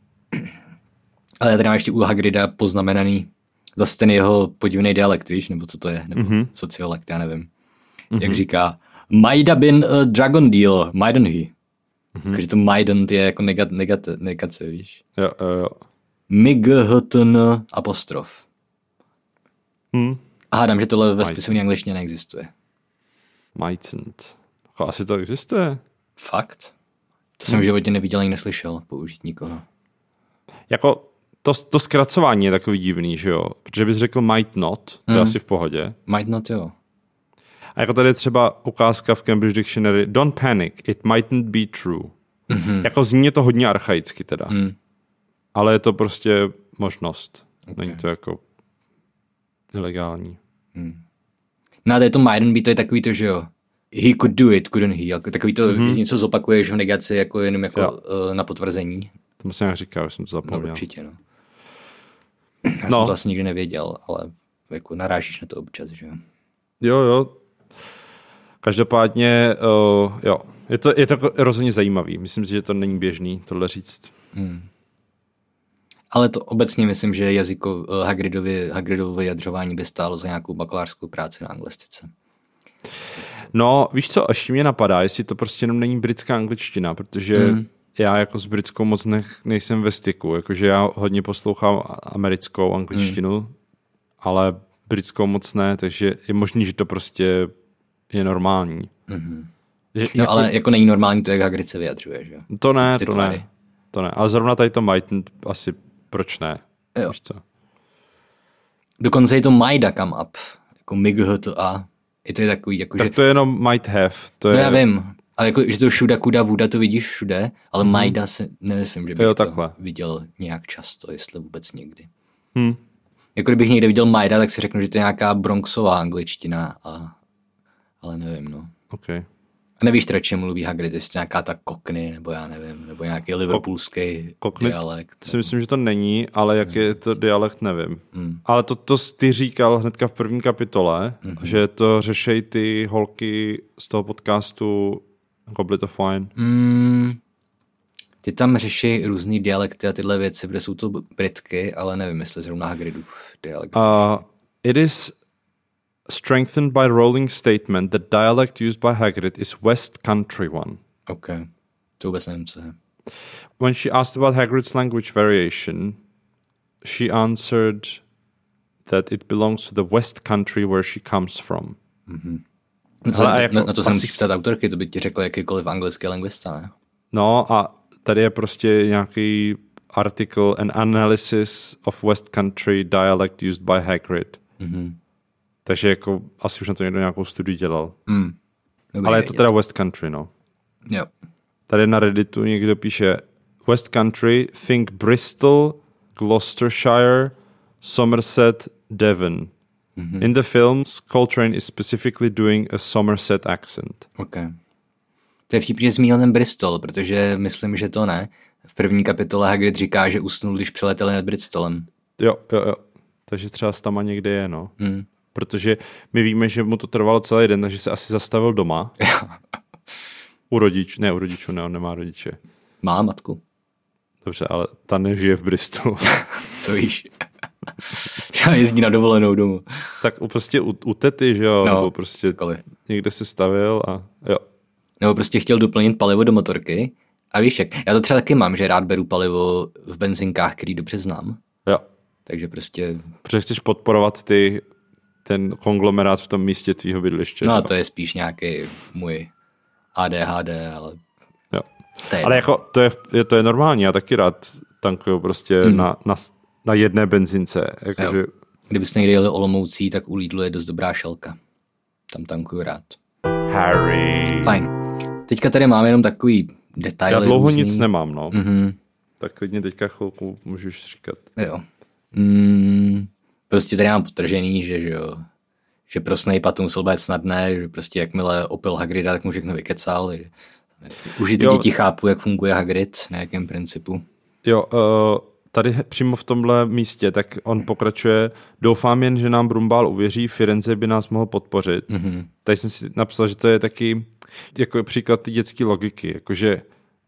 Ale já tady mám ještě u Hagrida poznamenaný zase ten jeho podivný dialekt, víš, nebo co to je, nebo sociolekt, já nevím. Jak říká, might have been a dragon deal, mightn't he? Takže to mightn't je jako negace, víš. Jo. Mightn apostrof. A hádám, že tohle ve spisovné angličtině neexistuje. Mightn't. Asi to existuje. Fakt? To jsem v životě neviděl ani neslyšel použít nikoho. Jako to zkracování je takový divný, že jo? Protože bys řekl might not, to je asi v pohodě. Might not, jo. A jako tady je třeba ukázka v Cambridge Dictionary, don't panic, it mightn't be true. Jako zní to hodně archaicky teda. Ale je to prostě možnost. Okay. Není to jako ilegální. No a tady to mightn't be, to je takový to, že jo. He could do it, couldn't he? Jako takový to, když něco zopakuješ v negaci, jako jenom jako na potvrzení. To musím jak říkal, už jsem to zapomněl. No určitě, no. Já jsem to asi nikdy nevěděl, ale jako narážíš na to občas, že jo. Jo. Každopádně, jo. Je to rozhodně zajímavý. Myslím si, že to není běžný tohle říct. Ale to obecně myslím, že Hagridovo vyjadřování by stálo za nějakou bakalářskou práci na anglistice. No, víš co, až mě napadá, jestli to prostě jenom není britská angličtina, protože já jako s britskou moc nejsem ve styku, jakože já hodně poslouchám americkou angličtinu, ale britskou moc ne, takže je možný, že to prostě je normální. Že, no, ale jako není normální to, jak Hagrid se vyjadřuje, že? To ne. Ale zrovna tady to might asi proč ne? Jo. Víš co? Dokonce je to might come up, jako migh-to-a. Je to je takový, jako tak že... to je jenom might have. To je... No já vím, ale jako, že to šuda, kuda, vuda, to vidíš všude, ale majda se, nemyslím, že bych to viděl nějak často, jestli vůbec někdy. Jako kdybych někde viděl majda, tak si řeknu, že to je nějaká bronxová angličtina, ale nevím, no. Okay. A nevíš teda, čem mluví Hagrid, jestli nějaká ta Cockney, nebo já nevím, nebo nějaký liverpoolský dialekt. Si myslím, že to není, ale jak je to dialekt, nevím. Ale to ty říkal hnedka v první kapitole, že to řešejí ty holky z toho podcastu Goblet of Wine. Ty tam řeší různý dialekty a tyhle věci, protože jsou to Britky, ale nevím, jestli zrovna Hagridův dialekt. It is strengthened by rolling statement that dialect used by Hagrid is West Country one. Okay. To vůbec nevím, co je. When she asked about Hagrid's language variation, she answered that it belongs to the West Country where she comes from. Na to se musíš ptát autorky, to by ti řekl jakýkoliv anglický lingvista, ne? No a tady je prostě nějaký article, an analysis of West Country dialect used by Hagrid. Takže jako asi už na to někdo nějakou studii dělal. Ale je to teda West Country, no. Jo. Tady na Redditu někdo píše West Country, think Bristol, Gloucestershire, Somerset, Devon. Mm-hmm. In the films, Coltrane is specifically doing a Somerset accent. Okay. To je vtipně zmínil ten Bristol, protože myslím, že to ne. V první kapitole Hagrid říká, že usnul, když přeleteli nad Bristolem. Jo. Takže třeba tam někde je, no. Protože my víme, že mu to trvalo celý den, takže se asi zastavil doma. U rodičů, ne, on nemá rodiče. Má matku. Dobře, ale ta nežije v Bristolu. Co víš? Třeba jezdí na dovolenou domů. Tak prostě u tety, že jo? No, nebo prostě cokoliv. Někde se stavil a jo. Nebo prostě chtěl doplnit palivo do motorky. A víš jak, já to třeba taky mám, že rád beru palivo v benzinkách, který dobře znám. Jo. Takže prostě... Protože chceš podporovat ten konglomerát v tom místě tvýho bydliště. No, to je spíš nějaký můj ADHD, ale... Jo. Ale jako to je normální, já taky rád tankuju prostě na jedné benzince. Jakože... Kdybyste někdy jeli Olomoucí, tak u Lidlu je dost dobrá šelka. Tam tankuju rád. Harry. Fajn. Teďka tady máme jenom takový detaily. Já dlouho různý. Nic nemám, no. Mm-hmm. Tak klidně teďka chvilku můžeš říkat. Jo. Prostě tady mám potržený, že pro Snape'a to muselo být snadné, že prostě jakmile opil Hagrida, tak mu všechno vykecal. Že... Už i ty děti chápu, jak funguje Hagrid, na jakém principu. Jo, tady přímo v tomhle místě, tak on pokračuje, doufám jen, že nám Brumbál uvěří, Firenze by nás mohl podpořit. Mm-hmm. Tady jsem si napsal, že to je taky jako příklad ty dětské logiky, jakože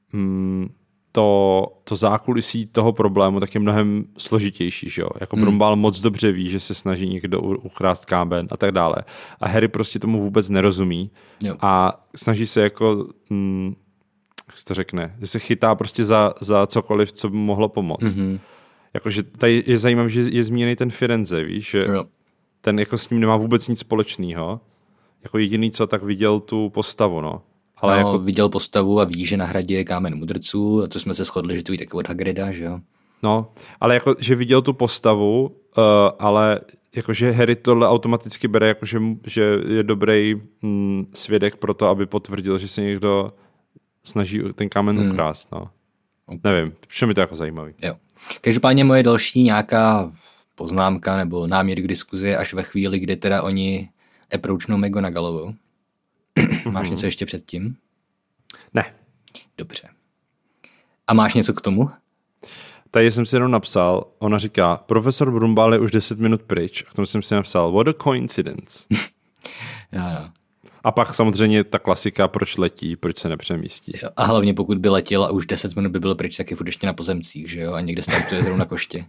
to zákulisí toho problému tak je mnohem složitější, že jo? Jako Brumbál moc dobře ví, že se snaží někdo uchrást kámen a tak dále. A Harry prostě tomu vůbec nerozumí a snaží se jako, jak se to řekne, že se chytá prostě za cokoliv, co by mohlo pomoct. Mm-hmm. Jakože tady je zajímavé, že je zmíněný ten Firenze, víš, že ten jako s ním nemá vůbec nic společného. Jako jediný, co tak viděl tu postavu, no. Ale jako... viděl postavu a ví, že na hradě je kámen mudrců a to jsme se shodli, že to ví taky od Hagrida, že jo? No, ale jako, že viděl tu postavu, ale jakože Harry tohle automaticky bere, jakože že je dobrý svědek pro to, aby potvrdil, že se někdo snaží ten kámen ukrást, no. Okay. Nevím, protože mi to jako zajímavý. Jo. Každopádně moje další nějaká poznámka nebo námět k diskuzi až ve chvíli, kdy teda oni approachnou McGonagallovou. Máš něco ještě předtím? Ne. Dobře. A máš něco k tomu? Tady jsem si jenom napsal, ona říká, profesor Brumbál je už 10 minut pryč. A k tomu jsem si napsal, what a coincidence. Jo. A pak samozřejmě ta klasika, proč letí, proč se nepřemístí. Jo. A hlavně pokud by letěl a už 10 minut by byl pryč, tak je furt ještě na pozemcích, že jo? A někde startuje zrovna koště.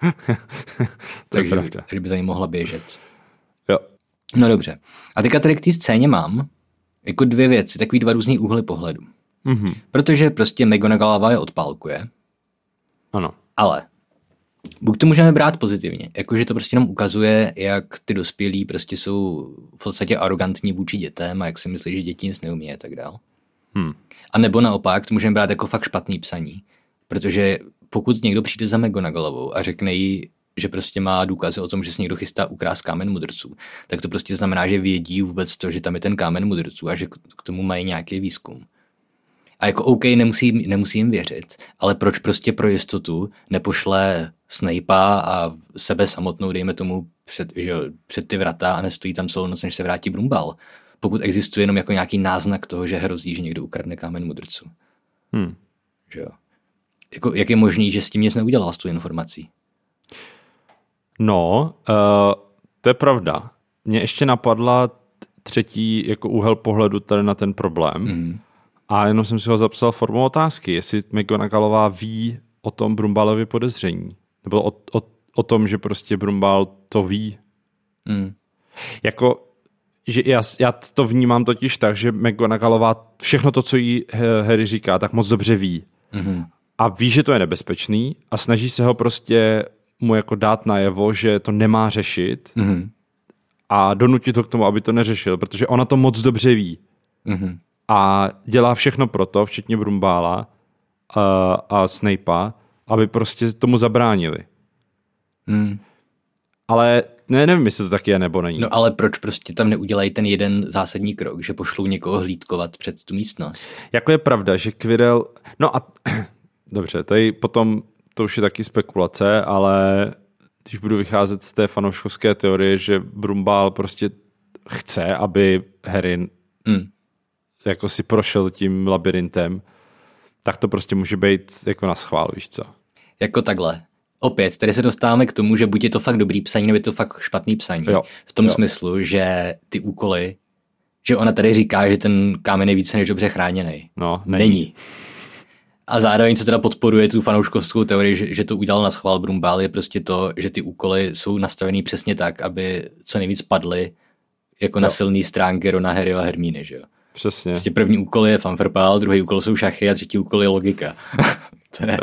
Takže by za ní mohla běžet. Jo. No dobře. A teďka tady k té scéně mám jako dvě věci, takový dva různý úhly pohledu. Mm-hmm. Protože prostě McGonagallova je odpálkuje. Ano. Ale buď to můžeme brát pozitivně, jakože to prostě jenom ukazuje, jak ty dospělí prostě jsou v podstatě arrogantní vůči dětem a jak si myslí, že děti nic neumí a tak dál. A nebo naopak to můžeme brát jako fakt špatný psaní. Protože pokud někdo přijde za McGonagallovou a řekne jí, že prostě má důkazy o tom, že se někdo chystá ukrást kámen mudrců, tak to prostě znamená, že vědí vůbec to, že tam je ten kámen mudrců a že k tomu mají nějaký výzkum. A jako OK, nemusí jim věřit, ale proč prostě pro jistotu nepošle Snape'a a sebe samotnou, dejme tomu, před ty vrata a nestojí tam celou noc, než se vrátí Brumbál. Pokud existuje jenom jako nějaký náznak toho, že hrozí, že někdo ukradne kámen mudrců. Že jo. Jako, jak je možný, že s tím nic neudělal s tou informací? No, to je pravda. Mně ještě napadla třetí jako úhel pohledu tady na ten problém. A jenom jsem si ho zapsal formou otázky, jestli McGonagallová ví o tom Brumbálově podezření. Nebo o tom, že prostě Brumbál to ví. Jako, že já to vnímám totiž tak, že McGonagallová všechno to, co jí Harry říká, tak moc dobře ví. A ví, že to je nebezpečný a snaží se ho prostě mu jako dát najevo, že to nemá řešit a donutit ho k tomu, aby to neřešil, protože ona to moc dobře ví. A dělá všechno pro to, včetně Brumbála a Snape'a, aby prostě tomu zabránili. Ale nevím, jestli to tak je nebo není. No ale proč prostě tam neudělají ten jeden zásadní krok, že pošlou někoho hlídkovat před tu místnost? Jako je pravda, že Quirrell... No a Dobře, tady potom to už je taky spekulace, ale když budu vycházet z té fanouškovské teorie, že Brumbál prostě chce, aby Harry jako si prošel tím labirintem, tak to prostě může být jako na schvál, víš co? Jako takhle. Opět, tady se dostáváme k tomu, že buď je to fakt dobrý psaní, nebo je to fakt špatný psaní. Jo. V tom smyslu, že ty úkoly, že ona tady říká, že ten kámen je více než dobře chráněný. No, není. A zároveň, co teda podporuje tu fanouškovskou teorii, že to udělal na schvál Brumbál, je prostě to, že ty úkoly jsou nastavený přesně tak, aby co nejvíc padly jako na silný stránky Rona, Harryho a Hermíny, že jo? Přesně. Prostě první úkol je fanfarpál, druhý úkol jsou šachy a třetí úkol je logika. To je...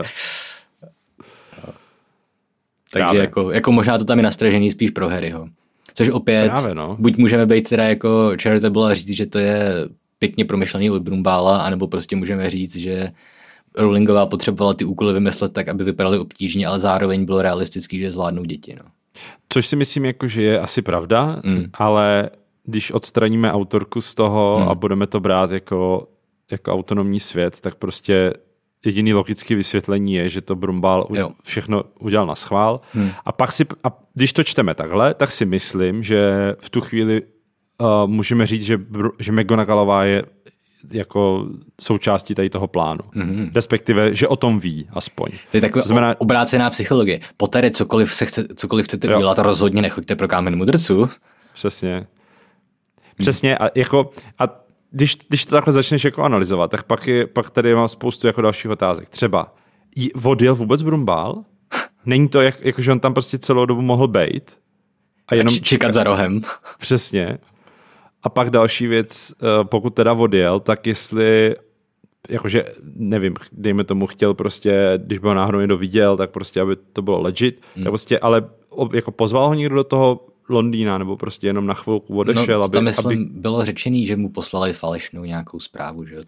Takže jako možná to tam je nastražený spíš pro Harryho. Což opět, buď můžeme být teda jako charitable a říct, že to je pěkně promyšlený od Brumbála, anebo prostě můžeme říct, že Rowlingová potřebovala ty úkoly vymyslet tak, aby vypadaly obtížně, ale zároveň bylo realistický, že zvládnou děti. No. Což si myslím, jako, že je asi pravda, ale když odstraníme autorku z toho a budeme to brát jako autonomní svět, tak prostě jediný logické vysvětlení je, že to Brumbál všechno udělal na schvál. A pak když to čteme takhle, tak si myslím, že v tu chvíli můžeme říct, že McGonagallová je jako součástí tady toho plánu. Respektive, že o tom ví aspoň. To je taková obrácená psychologie. Poté cokoliv chcete udělat, rozhodně nechoďte pro kámen mudrců. Přesně. Přesně. A když to takhle začneš jako analyzovat, tak pak tady mám spoustu jako dalších otázek. Třeba, odjel vůbec Brumbál? Není to, jako že on tam prostě celou dobu mohl bejt? A jenom čekat za rohem. Přesně. A pak další věc, pokud teda odjel, tak jestli, jakože, nevím, dejme tomu, chtěl prostě, když by ho náhodou někdo viděl, tak prostě, aby to bylo legit, tak prostě, ale jako pozval ho někdo do toho Londýna, nebo prostě jenom na chvilku odešel. No, tam bylo řečený, že mu poslali falešnou nějakou zprávu, že jo?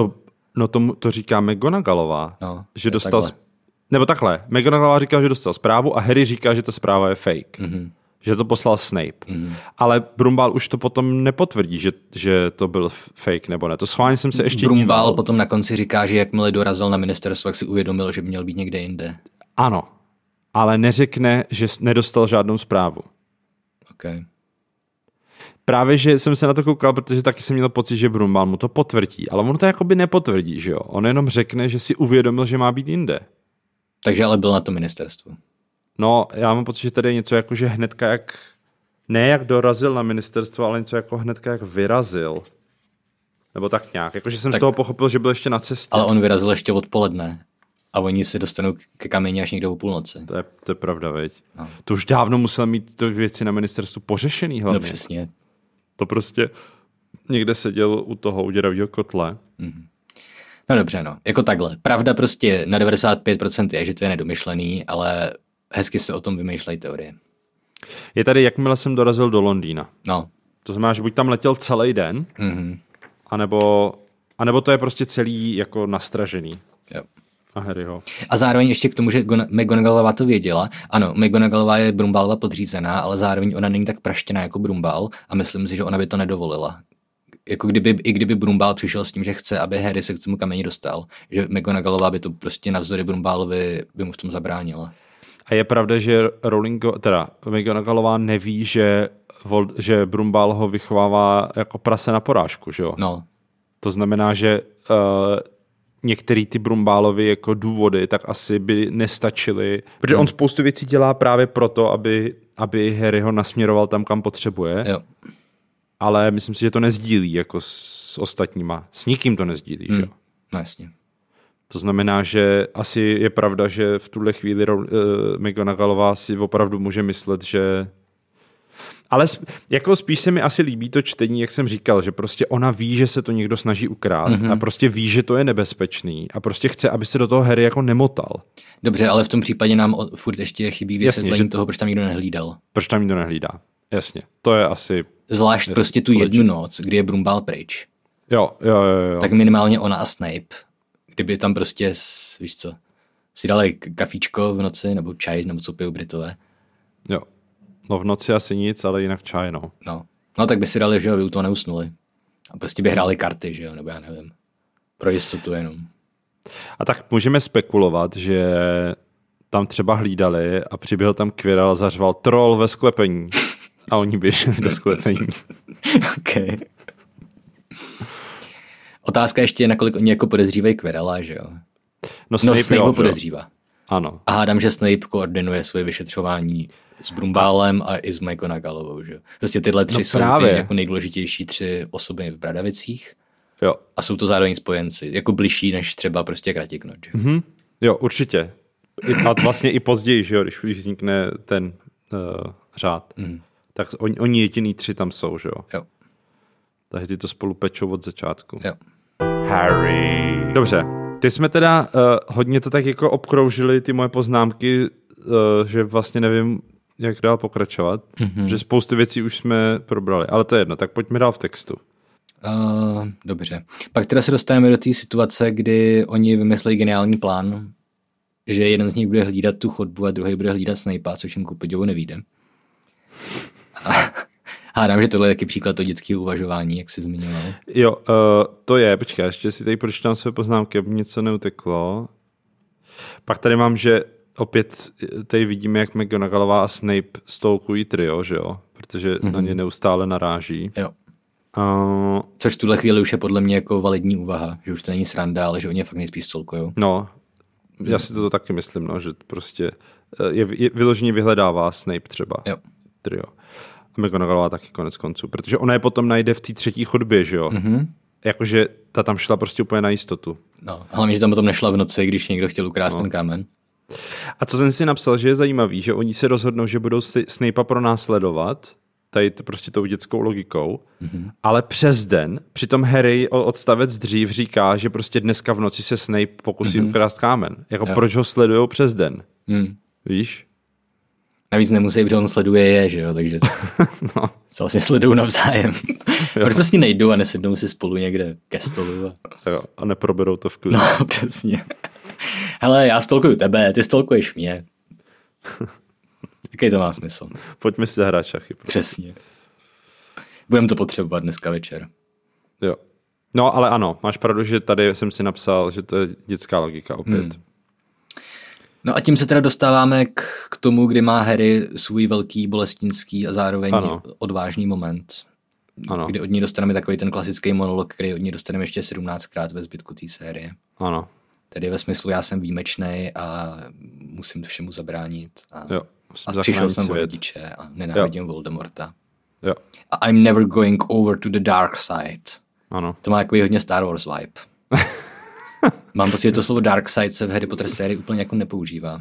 To říká McGonagallová, že dostal, nebo takhle, McGonagallová říká, že dostal zprávu a Harry říká, že ta zpráva je fake. Že to poslal Snape. Ale Brumbál už to potom nepotvrdí, že to byl fake nebo ne. To schválně jsem se ještě díval. Brumbál potom na konci říká, že jakmile dorazil na ministerstvo, tak si uvědomil, že by měl být někde jinde. Ano, ale neřekne, že nedostal žádnou zprávu. Okay. Právě, že jsem se na to koukal, protože taky jsem měl pocit, že Brumbál mu to potvrdí, ale on to jakoby nepotvrdí, že jo? On jenom řekne, že si uvědomil, že má být jinde. Takže ale byl na to ministerstvu. No, já mám pocit, že tady je něco jako, že hnedka jak dorazil na ministerstvo, ale něco jako hnedka jak vyrazil. Nebo tak nějak. Jakože jsem z toho pochopil, že byl ještě na cestě. Ale on vyrazil ještě odpoledne. A oni se dostanou ke kameni až někde o půlnoci. To je pravda, veď. No. To už dávno musel mít ty věci na ministerstvu pořešený hlavně. No přesně. To prostě někde seděl u děravýho kotle. No dobře, no. Jako takhle. Pravda prostě na 95% je, že to je nedomyšlený, ale hezky se o tom vymýšlejí teorie. Je tady, jakmile jsem dorazil do Londýna. No. To znamená, že buď tam letěl celý den, anebo to je prostě celý jako nastražený. Jo. A Harryho. A zároveň ještě k tomu, že McGonagallová to věděla. Ano, McGonagallová je Brumbálova podřízená, ale zároveň ona není tak praštěná jako Brumbál a myslím si, že ona by to nedovolila. Jako kdyby Brumbál přišel s tím, že chce, aby Harry se k tomu kameni dostal, že McGonagallová by to prostě navzdory Brumbálovi by mu v tom zabránila. A je pravda, že McGonagallová neví, že Brumbál ho vychovává jako prase na porážku, že jo? No. To znamená, že některé ty Brumbálovy jako důvody tak asi by nestačily, protože on spoustu věcí dělá právě proto, aby Harry ho nasměroval tam, kam potřebuje. Jo. Ale myslím si, že to nezdílí jako s ostatníma. S nikým to nezdílí, že jo? No jasně. To znamená, že asi je pravda, že v tuhle chvíli McGonagallová si opravdu může myslet, že... Ale jako spíš se mi asi líbí to čtení, jak jsem říkal, že prostě ona ví, že se to někdo snaží ukrást a prostě ví, že to je nebezpečný a prostě chce, aby se do toho Harry jako nemotal. Dobře, ale v tom případě nám furt ještě chybí vysvětlení toho, proč tam nikdo nehlídal. Proč tam nikdo nehlídá, jasně. To je asi... Zvlášť prostě tu jednu noc, kdy je Brumbál pryč. Jo. Tak minimálně ona a Snape, kdyby tam prostě, víš co, si dali kafíčko v noci, nebo čaj, nebo co pijou Britové. Jo. No v noci asi nic, ale jinak čaj, no. No tak by si dali, že jo, by u toho neusnuli. A prostě by hráli karty, že jo, nebo já nevím. Pro jistotu jenom. A tak můžeme spekulovat, že tam třeba hlídali a přiběhl tam Quirrell a zařval troll ve sklepení. A oni běželi do sklepení. Okay. Otázka ještě je, nakolik oni jako podezřívají Quirrella, že jo? No Snape ho podezřívá. Ano. A hádám, že Snape koordinuje svoje vyšetřování s Brumbálem a i s McGonagallovou, že jo? Prostě tyhle tři jsou ty jako nejdůležitějí 3 osoby v Bradavicích. Jo. A jsou to zároveň spojenci, jako bližší než třeba prostě Kratiknot, že jo? Mm-hmm. Jo, určitě. A vlastně i později, že jo, když vznikne ten řád. Tak oni jediný 3 tam jsou, že jo? Jo. Takže ty to spolu pečou od začátku. Jo. Harry. Dobře. Ty jsme teda hodně to tak jako obkroužili, ty moje poznámky, že vlastně nevím, jak dál pokračovat. Že spoustu věcí už jsme probrali, ale to je jedno, tak pojďme dál v textu. Dobře. Pak teda se dostaneme do té situace, kdy oni vymysleli geniální plán, že jeden z nich bude hlídat tu chodbu a druhý bude hlídat Snape'a, což jim ku podivu nevyjde. Hádám, že tohle je taky příklad toho dětského uvažování, jak jsi zmiňoval. Jo, to je, počkej, ještě si tady pročítám své poznámky, aby něco neuteklo. Pak tady mám, že opět tady vidíme, jak McGonagallová a Snape stalkují trio, že jo? Protože na ně neustále naráží. Jo. Což v tuhle chvíli už je podle mě jako validní úvaha, že už to není sranda, ale že oni je fakt nejspíš stalkujou. No, já si to taky myslím, no, že prostě je vyloženě vyhledává Snape třeba. Jo. Trio. A McGonagallová taky konec konců, protože ona je potom najde v té 3. chodbě, že jo? Jakože ta tam šla prostě úplně na jistotu. No, hlavně, že tam potom nešla v noci, když někdo chtěl ukrást ten kámen. A co jsem si napsal, že je zajímavý, že oni se rozhodnou, že budou Snape'a pronásledovat, tady prostě tou dětskou logikou, ale přes den, přitom Harry odstavec dřív říká, že prostě dneska v noci se Snape pokusí ukrást kámen. Jako proč ho sledujou přes den? Víš? Navíc nemusí, protože on sleduje je, že jo, takže no. se vlastně sledují navzájem. Proč prostě nejdou a nesednou si spolu někde ke stolu? A neproberou to v klidu. No, přesně. Hele, já stalkuju tebe, ty stalkuješ mě. Jaký to má smysl? Pojďme si zahrát šachy. Přesně. Budeme to potřebovat dneska večer. Jo. No, ale ano, máš pravdu, že tady jsem si napsal, že to je dětská logika opět. No a tím se teda dostáváme k tomu, kdy má Harry svůj velký bolestinský a zároveň odvážný moment. Ano. Kdy od ní dostaneme takový ten klasický monolog, který od ní dostaneme ještě 17krát ve zbytku té série. Ano. Tedy ve smyslu, já jsem výjimečnej a musím všemu zabránit. A přišel jsem o rodiče a nenávidím Voldemorta. Jo. A I'm never going over to the dark side. Ano. To má takový hodně Star Wars vibe. Mám pocit, že to slovo dark side se v Harry Potter sérii úplně jako nepoužívá.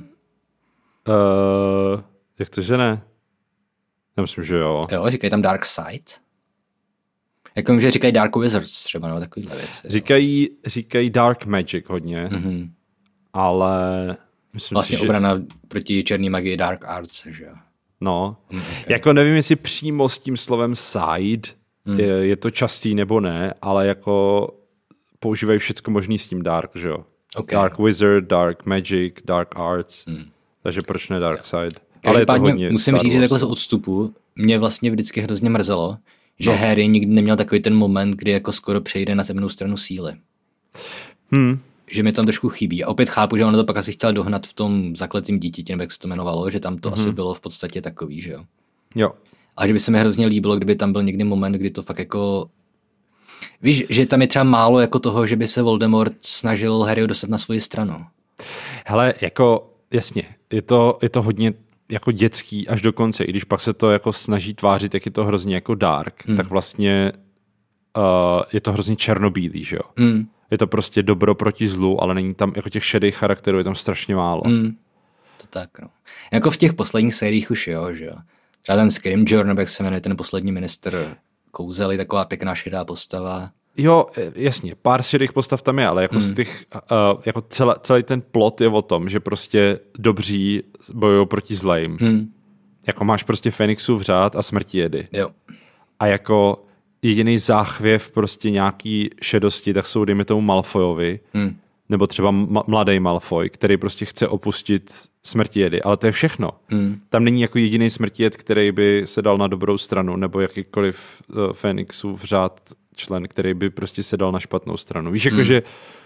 Jak to, že ne? Já myslím, že jo. Jo, říkají tam dark side. Jako že říkají dark wizards třeba, nebo takovýhle věci. Říkají dark magic hodně, ale myslím vlastně si, že... obrana proti černý magii dark arts, že jo. No, jako nevím, jestli přímo s tím slovem side je to častý nebo ne, ale jako používají všecko možný s tím dark, že jo. Okay. Dark wizard, dark magic, dark arts, takže proč ne dark side? Ale je to hodně musím říct, že takhle z odstupu mě vlastně vždycky hrozně mrzelo, že Harry nikdy neměl takový ten moment, kdy jako skoro přejde na temnou stranu síly. Že mi tam trošku chybí. A opět chápu, že ona to pak asi chtěla dohnat v tom zakletým dítěti, nebo jak se to jmenovalo, že tam to asi bylo v podstatě takový, že jo. Jo. A že by se mi hrozně líbilo, kdyby tam byl někdy moment, kdy to fakt jako... Víš, že tam je třeba málo jako toho, že by se Voldemort snažil Harryho dostat na svoji stranu. Hele, jako jasně, je to hodně jako dětský až do konce, i když pak se to jako snaží tvářit, jak je to hrozně jako dark, tak vlastně je to hrozně černobílý, že jo. Je to prostě dobro proti zlu, ale není tam, jako těch šedých charakterů je tam strašně málo. To tak, no. Jako v těch posledních sériích už jo, že jo. Třeba ten Scrimgeour, nebo jak se jmenuje ten poslední ministr kouzel, je taková pěkná šedá postava. Jo, jasně, pár šedých postav tam je, ale jako z těch, jako celý ten plot je o tom, že prostě dobří bojují proti zlým. Jako máš prostě Fenixův řád a smrti jedy. Jo. A jako jediný záchvěv prostě nějaký šedosti, tak jsou dejme tomu Malfoyovi, nebo třeba mladý Malfoy, který prostě chce opustit smrtijedy, ale to je všechno. Tam není jako jediný smrtijed, který by se dal na dobrou stranu, nebo jakýkoliv Fenixův řád člen, který by prostě se dal na špatnou stranu. Víš, jakože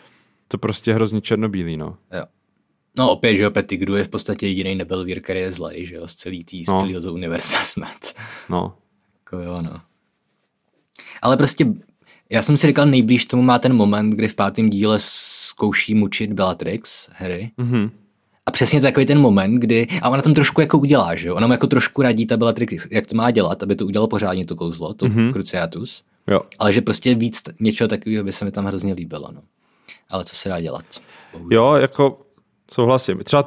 To prostě hrozně černobílý, no. Jo. No opět, že Pettigrew je v podstatě jediný Nebelvír, který je zlej, že jo, z celého toho univerza snad. No. Jako jo, no. Ale prostě, já jsem si říkal, nejblíž tomu má ten moment, kdy v 5. díle zkouší mučit Bellatrix, Harry. Mhm. A přesně takový ten moment, kdy, a ona tam trošku jako udělá, že jo, ona mu jako trošku radí ta Bellatrix, jak to má dělat, aby to udělalo pořádně to kouzlo, to Cruciatus. Jo. Ale že prostě víc něčeho takového by se mi tam hrozně líbilo, no. Ale co se dá dělat? Bohužel. Jo, jako souhlasím. Třeba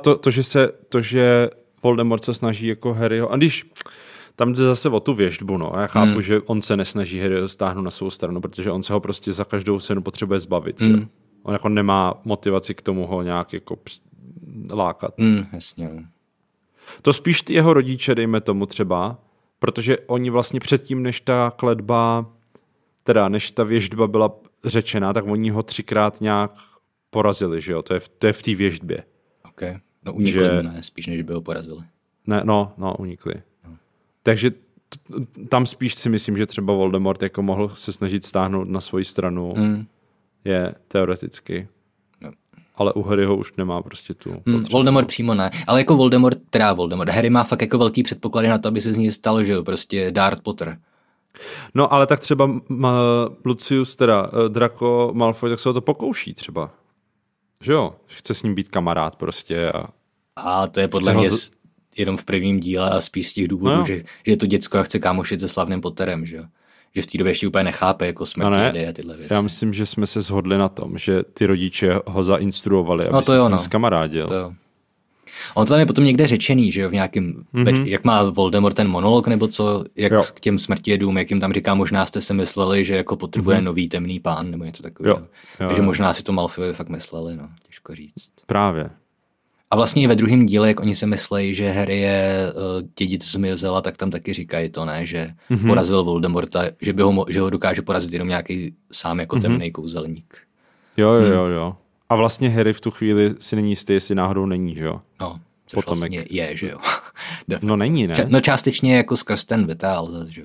že Voldemort se snaží jako Harryho, a když tam jde zase o tu věštbu, no, a já chápu, že on se nesnaží Harryho stáhnout na svou stranu, protože on se ho prostě za každou cenu potřebuje zbavit, že? On jako nemá motivaci k tomu ho nějak jako lákat. Jasně. To spíš ty jeho rodiče, dejme tomu třeba, protože oni vlastně předtím, než ta kletba, teda než ta věštba byla řečena, tak oni ho 3krát nějak porazili, že jo? To je v té věštbě. Ok. No unikli mu, ne? Spíš, než by ho porazili. Ne, no, unikli. Takže tam spíš si myslím, že třeba Voldemort jako mohl se snažit stáhnout na svoji stranu. Je teoreticky. No. Ale u Harryho už nemá prostě tu potřebu. Voldemort přímo ne. Ale jako Voldemort. Harry má fakt jako velký předpoklady na to, aby se z něj stal, že jo? Prostě Darth Potter. No, ale tak třeba Lucius, teda Draco Malfoy, tak se o to pokouší třeba. Že jo? Chce s ním být kamarád prostě. A to je podle mě jenom v prvním díle a spíš z těch důvodů, že je to děcko a chce kámošit se slavným Potterem, že jo? Že v té době ještě úplně nechápe jako smrtí ideje a tyhle věci. Já myslím, že jsme se shodli na tom, že ty rodiče ho zainstruovali, aby se s ním zkamarádil. To jo. On to tam je potom někde řečený, že jo, v nějakém, jak má Voldemort ten monolog, nebo co, jak k těm smrtijedům, jak jim tam říká, možná jste si mysleli, že jako potřebuje nový temný pán, nebo něco takového. Takže možná si to Malfoy fakt mysleli, no, těžko říct. Právě. A vlastně i ve druhém díle, jak oni se myslejí, že Harry je dědic z Mizela, tak tam taky říkají to, ne, že porazil Voldemorta, že ho dokáže porazit jenom nějaký sám jako temný kouzelník. Jo. A vlastně Harry v tu chvíli si není jistý, jestli náhodou není, že jo? No, což vlastně je, že jo. No není, ne? No částečně jako skrz ten Vital, že jo.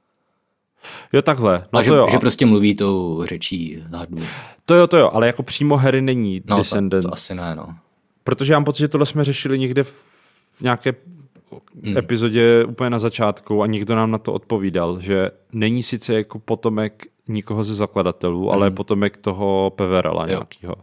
Jo, takhle. No a to že prostě mluví tou řečí hadu. To jo, ale jako přímo Harry není descendant. To asi ne, no. Protože já mám pocit, že tohle jsme řešili někde v nějaké epizodě úplně na začátku a někdo nám na to odpovídal, že není sice jako potomek nikoho ze zakladatelů, ale potomek toho Peverella nějakýho.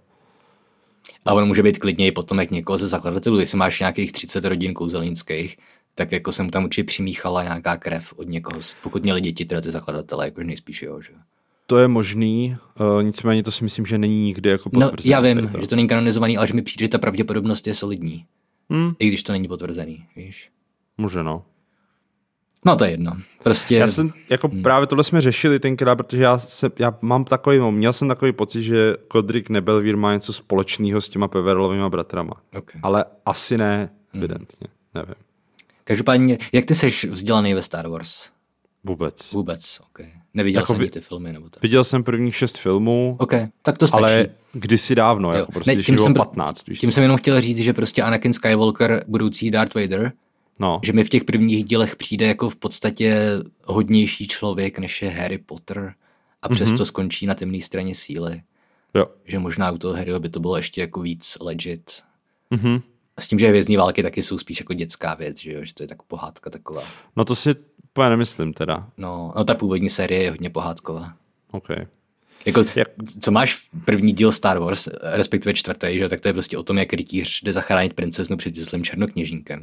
A on může být klidně i potomek někoho ze zakladatelů. Jestli máš nějakých 30 rodin kouzelnických, tak jako jsem tam určitě přimíchala nějaká krev od někoho, pokud měli děti, teda ty zakladatele, jakož nejspíš jo, že? To je možný, nicméně to si myslím, že není nikdy jako potvrzený. No, já vím, že to není kanonizovaný, ale že mi přijde, že ta pravděpodobnost je solidní. I když to není potvrzený, víš? Může, no. No to je jedno. Prostě... Já jsem, jako právě tohle jsme řešili tenkrát, protože já mám měl jsem takový pocit, že Godric Nebelvír má něco společného s těma Peverellovýma bratrama. Okay. Ale asi ne, evidentně, nevím. Každopádně, jak ty seš vzdělaný ve Star Wars? Vůbec, ok. Neviděl jsem ty filmy, nebo tak? Viděl jsem prvních 6 filmů, ok, tak to stačí. Ale kdysi dávno, jako prostě, když bylo 15. Tím jsem jenom chtěl říct, že prostě Anakin Skywalker, budoucí Darth Vader, že mi v těch prvních dílech přijde jako v podstatě hodnější člověk, než je Harry Potter a přesto skončí na temné straně síly. Jo. Že možná u toho Harryho by to bylo ještě jako víc legit. A s tím, že Hvězdní války taky jsou spíš jako dětská věc, že to je tak pohádka taková. No to si úplně nemyslím teda. No ta původní série je hodně pohádková. OK. Jako, co máš první díl Star Wars, respektive 4., že? Tak to je prostě o tom, jak rytíř jde zachránit princeznu před zlým černokněžníkem.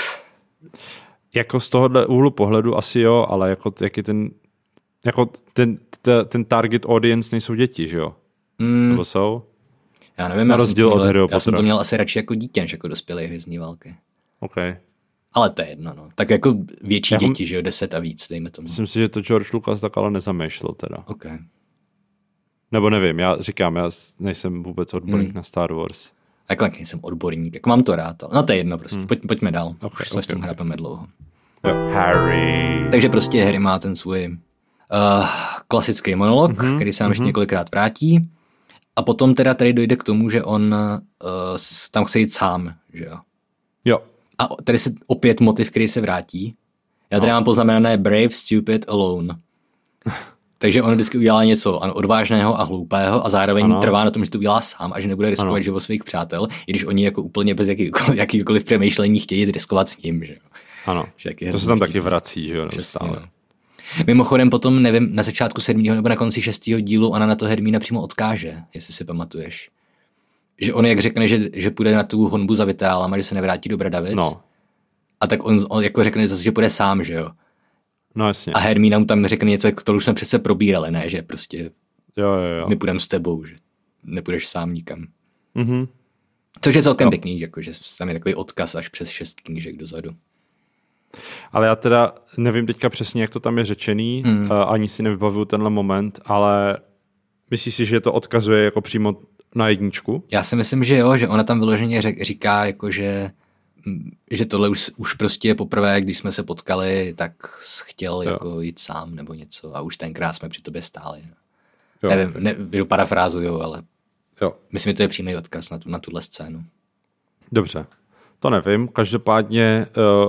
Jako z tohohle úhlu pohledu asi jo, ale jako jak je ten target audience nejsou děti, že jo? Nebo jsou? Já nevím, já jsem to měl asi radši jako dítě, než jako dospělý Hvězdní války. OK. Ale to je jedno, no. Tak jako větší děti, že jo, 10 a víc, dejme tomu. Myslím si, že to George Lucas tak ale nezamýšlel teda. OK. Nebo nevím, já nejsem vůbec odborník na Star Wars. Takhle nejsem odborník, jako mám to rád, ale no to je jedno prostě, pojďme dál. Už jsme s tím hrápeme dlouho. Harry. Takže prostě Harry má ten svůj klasický monolog, který se nám ještě několikrát vrátí. A potom teda tady dojde k tomu, že on tam chce jít sám, že jo? Jo. A tady se opět motiv, který se vrátí. Já tady mám poznamenané brave, stupid, alone. Takže on vždycky udělá něco odvážného a hloupého a zároveň trvá na tom, že to udělá sám a že nebude riskovat život svých přátel, i když oni jako úplně bez jakýkoliv přemýšlení chtějí riskovat s ním. Že? Ano, to se tam taky vrací, že jo? Mimochodem potom, nevím, na začátku 7. nebo na konci 6. dílu ona na to Hermína přímo odkáže, jestli si pamatuješ. Že on jak řekne, že půjde na tu honbu za Vitálama, že se nevrátí do Bradavic. No. A tak on jako řekne zase, že půjde sám, že jo. No jasně. A Hermína mu tam řekne něco, to už jsme přece probírali, ne? Že prostě jo. my půjdeme s tebou, že nepůjdeš sám nikam. Mhm. Což je celkem pěkný, jako, že tam je takový odkaz až přes 6 knížek dozadu. Ale já teda nevím teďka přesně, jak to tam je řečený, ani si nevybavuju tenhle moment, ale myslíš si, že to odkazuje jako přímo na jedničku? Já si myslím, že jo, že ona tam vyloženě říká, jako, že tohle už prostě je poprvé, když jsme se potkali, tak chtěl jako jít sám nebo něco a už tenkrát jsme při tobě stáli. Jo, nevím, parafrázuju, ale myslím, že to je přímý odkaz na tuhle scénu. Dobře, to nevím, každopádně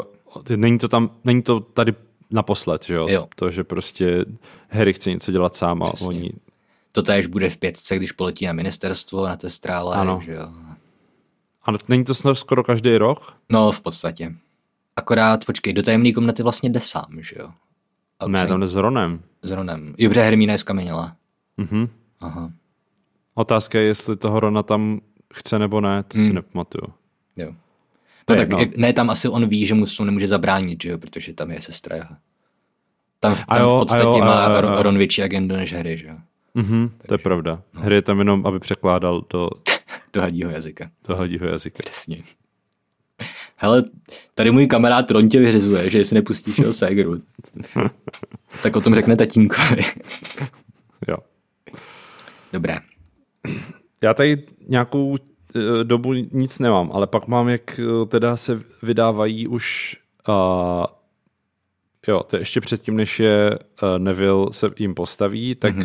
není to tady naposled, že jo? To, že prostě Harry chce něco dělat sám a oni... To též bude v 5, když poletí na ministerstvo, na té strále, ano. Že jo? Ano, není to skoro každý rok? No, v podstatě. Akorát, počkej, do tajemné komnaty vlastně jde sám, že jo? Ne, tam jde s Ronem. S Ronem. Jo, protože Hermína je skameněla. Mhm. Aha. Otázka je, jestli toho Rona tam chce nebo ne, to si nepamatuju. Jo. No tak ne, tam asi on ví, že mu to nemůže zabránit, že jo, protože tam je sestra jeho. Tam v podstatě má Ron větší agendu než Harry, že jo. To je pravda. No. Harry je tam jenom, aby překládal do hadího jazyka. Do hadího jazyka. Přesně. Hele, tady můj kamarád Ron tě vyřizuje, že jestli nepustíš jeho ségru. Tak o tom řekne tatínkovi. Jo. Dobré. Já tady nějakou dobu nic nemám, ale pak mám, jak teda se vydávají už to je ještě předtím, než je Neville se jim postaví, tak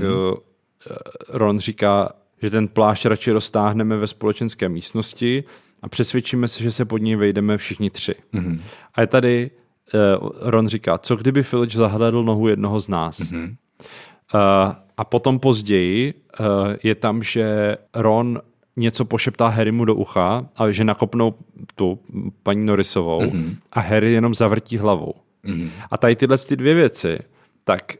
Ron říká, že ten plášť radši roztáhneme ve společenské místnosti a přesvědčíme se, že se pod ní vejdeme všichni 3. A je tady, Ron říká, co kdyby Filč zahledl nohu jednoho z nás? A potom později je tam, že Ron něco pošeptá Harrymu do ucha a že nakopnou tu paní Norrisovou a Harry jenom zavrtí hlavou. A tady tyhle ty 2 věci, tak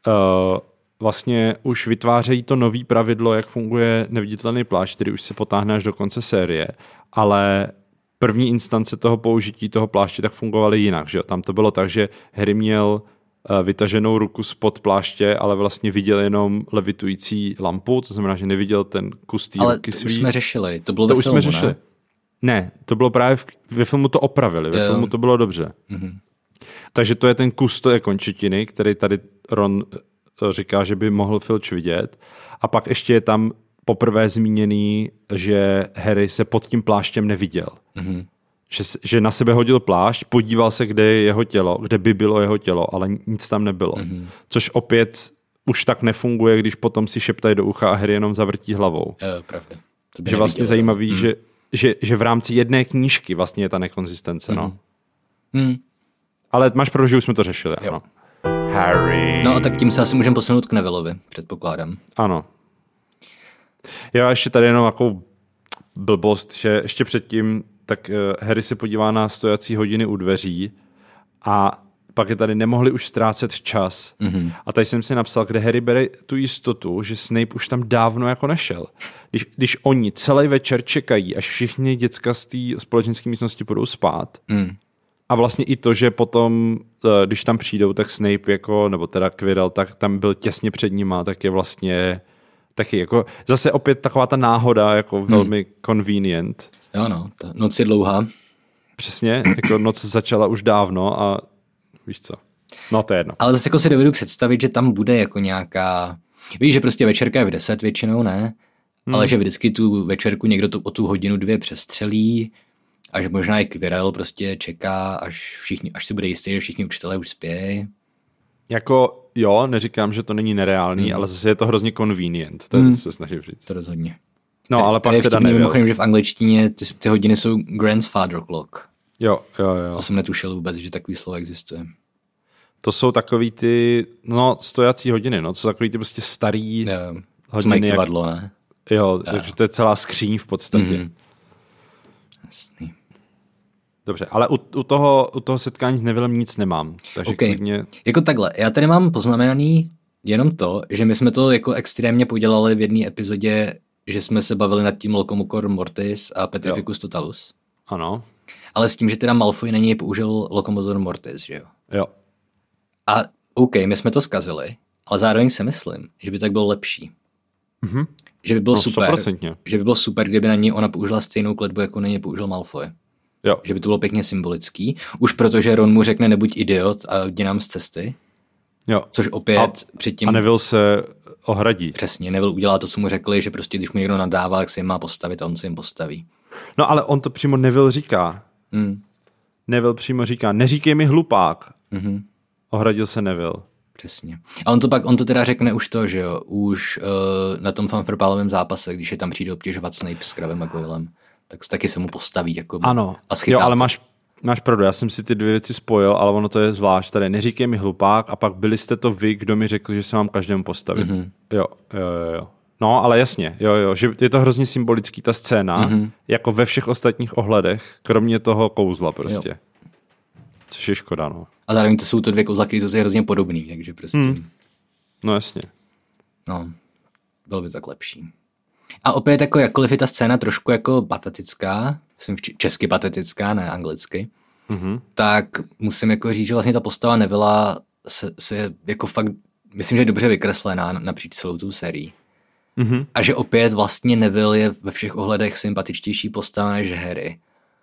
vlastně už vytvářejí to nový pravidlo, jak funguje neviditelný plášť, který už se potáhne až do konce série, ale první instance toho použití toho pláště tak fungovaly jinak. Že? Tam to bylo tak, že Harry měl vytaženou ruku spod pláště, ale vlastně viděl jenom levitující lampu, to znamená, že neviděl ten kus té ruky svý. Ale to už jsme řešili, to bylo ve filmu, jsme řešili. Ne, to bylo právě ve filmu to opravili, ve filmu to bylo dobře. Takže to je ten kus té končetiny, který tady Ron říká, že by mohl Filč vidět. A pak ještě je tam poprvé zmíněný, že Harry se pod tím pláštěm neviděl. Že na sebe hodil plášť, podíval se, kde je jeho tělo, kde by bylo jeho tělo, ale nic tam nebylo. Což opět už tak nefunguje, když potom si šeptají do ucha a Harry jenom zavrtí hlavou. Pravda. Že vlastně zajímavý, že v rámci jedné knížky vlastně je ta nekonzistence. No. Ale máš pravdu, že už jsme to řešili. Ano. Harry. No a tak tím se asi můžeme posunout k Nevilleovi, předpokládám. Ano. Já ještě tady jenom jako blbost, že ještě předtím tak Harry se podívá na stojací hodiny u dveří a pak je tady nemohli už ztrácet čas. A tady jsem si napsal, kde Harry bere tu jistotu, že Snape už tam dávno jako nešel. Když oni celý večer čekají, až všichni děcka z té společenské místnosti budou spát. A vlastně i to, že potom, když tam přijdou, tak Snape jako, nebo teda Quirrell, tak tam byl těsně před nima, tak je vlastně taky jako, zase opět taková ta náhoda, jako velmi convenient. Jo no, ta noc je dlouhá. Přesně, jako noc začala už dávno a víš co, no to je jedno. Ale zase jako si dovedu představit, že tam bude jako nějaká, víš, že prostě večerka je v 10 většinou, ne? Ale že vždycky tu večerku někdo o tu hodinu 2 přestřelí, a že možná i Quirrell prostě čeká, až si bude jistý, že všichni učitelé už spějí. Jako jo, neříkám, že to není nereálný, ale zase je to hrozně convenient, to je to, co se snažím říct. To rozhodně. No, ale pak teda nevěl. Mimochodem, že v angličtině ty hodiny jsou grandfather clock. Jo. To jsem netušil vůbec, že takový slovo existuje. To jsou takový ty, stojací hodiny, to jsou takový ty prostě starý hodiny. To mají kivadlo, ne? Jo, takže to je celá skříň v podstatě. Jasný. Dobře, ale u toho setkání s Nevillem nic nemám. Takže klidně... Jako takhle, já tady mám poznamenaný jenom to, že my jsme to jako extrémně podělali v jedné epizodě, že jsme se bavili nad tím Locomocor Mortis a Petrificus Totalus. Ano. Ale s tím, že teda Malfoy na něj použil Locomotor Mortis, že jo? Jo. A OK, my jsme to zkazili, ale zároveň si myslím, že by tak bylo lepší. Mhm. Že by bylo super, 100%. že by bylo super, kdyby na ní ona použila stejnou kletbu, jako na něj použil Malfoy. Jo. Že by to bylo pěkně symbolický. Už protože Ron mu řekne nebuď idiot a jdi nám z cesty. Jo. Což opět předtím... A Neville se ohradí. Přesně, Neville udělá to, co mu řekli, že prostě když mu někdo nadává, tak se jim má postavit a on se jim postaví. No ale on to přímo Neville říká. Neville přímo říká, neříkej mi hlupák. Ohradil se Neville. Přesně. A on to teda řekne už to, že jo, už na tom fanfrpálovém zápase, když je tam přijde obtěžovat Snape s Kravem a Goylem, tak taky se mu postaví jako ano. A schytá. Jo, ale máš pravdu, já jsem si ty dvě věci spojil, ale ono to je zvlášť. Tady neříkej mi hlupák a pak byli jste to vy, kdo mi řekl, že se mám každému postavit. Jo. No, ale jasně, jo, že je to hrozně symbolický ta scéna, jako ve všech ostatních ohledech, kromě toho kouzla prostě. Jo. Což je škoda, no. A zároveň to jsou to dvě kouzla, které jsou hrozně podobný, takže prostě... No jasně. No, bylo by tak lepší. A opět jako jakkoliv je ta scéna trošku jako patetická, myslím česky patetická, ne anglicky, tak musím jako říct, že vlastně ta postava Nevilla se jako fakt, myslím, že je dobře vykreslená napříč celou tu sérii. A že opět vlastně Neville je ve všech ohledech sympatičtější postava než Harry.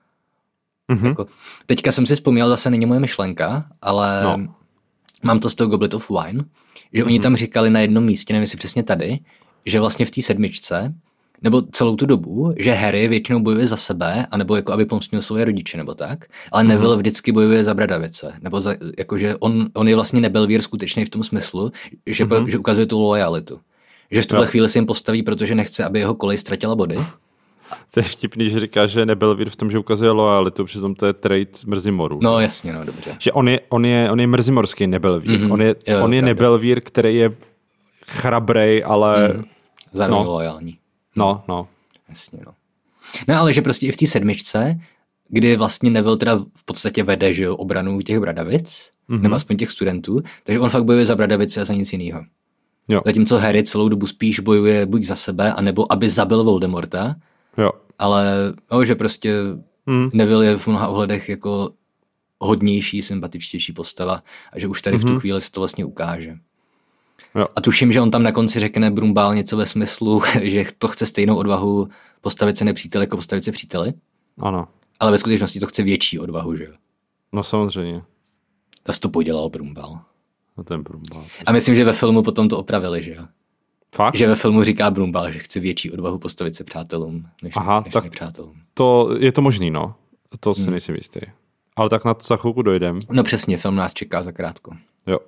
Jako, teďka jsem si vzpomněl, zase není moje myšlenka, ale mám to z toho Goblet of Wine, že oni tam říkali na jednom místě, nevím jestli přesně tady, že vlastně v té 7, nebo celou tu dobu, že Harry většinou bojuje za sebe, anebo jako aby pomstil svoje rodiče, nebo tak, ale Neville vždycky bojuje za Bradavice, nebo jakože on je vlastně Nebelvír skutečný v tom smyslu, že ukazuje tu lojalitu. Že v tuhle chvíli si jim postaví, protože nechce, aby jeho kolej ztratila body. To je vtipný, že říká, že Nebelvír v tom, že ukazuje lojalitu, přitom to je trait Mrzimorů. No jasně, no dobře. Že on je mrzimorský Nebelvír. On je Nebelvír, který je chrabrej, ale... Zároveň lojální. No. Jasně, no. No ale že prostě i v té 7, kdy vlastně Neville teda v podstatě vede, že jo, obranu těch Bradavic, nebo aspoň těch studentů, takže on fakt bojuje za Bradavice a za nic jiného. Jo. Zatímco Harry celou dobu spíš bojuje buď za sebe, anebo aby zabil Voldemorta. Jo. Ale že prostě Neville je v mnoha ohledech jako hodnější, sympatičtější postava a že už tady v tu chvíli se to vlastně ukáže. Jo. A tuším, že on tam na konci řekne Brumbál něco ve smyslu, že to chce stejnou odvahu postavit se nepříteli, jako postavit se příteli. Ano. Ale ve skutečnosti to chce větší odvahu, že jo? No samozřejmě. Zase to podělal Brumbál. No ten Brumbál. A myslím, že ve filmu potom to opravili, že jo? Fakt? Že ve filmu říká Brumbál, že chce větší odvahu postavit se přátelům, než nepřátelům. To je to možný, no. To si nejsem jistý. Ale tak na to za chvilku dojdem. No přesně, film nás čeká za krátko. Jo.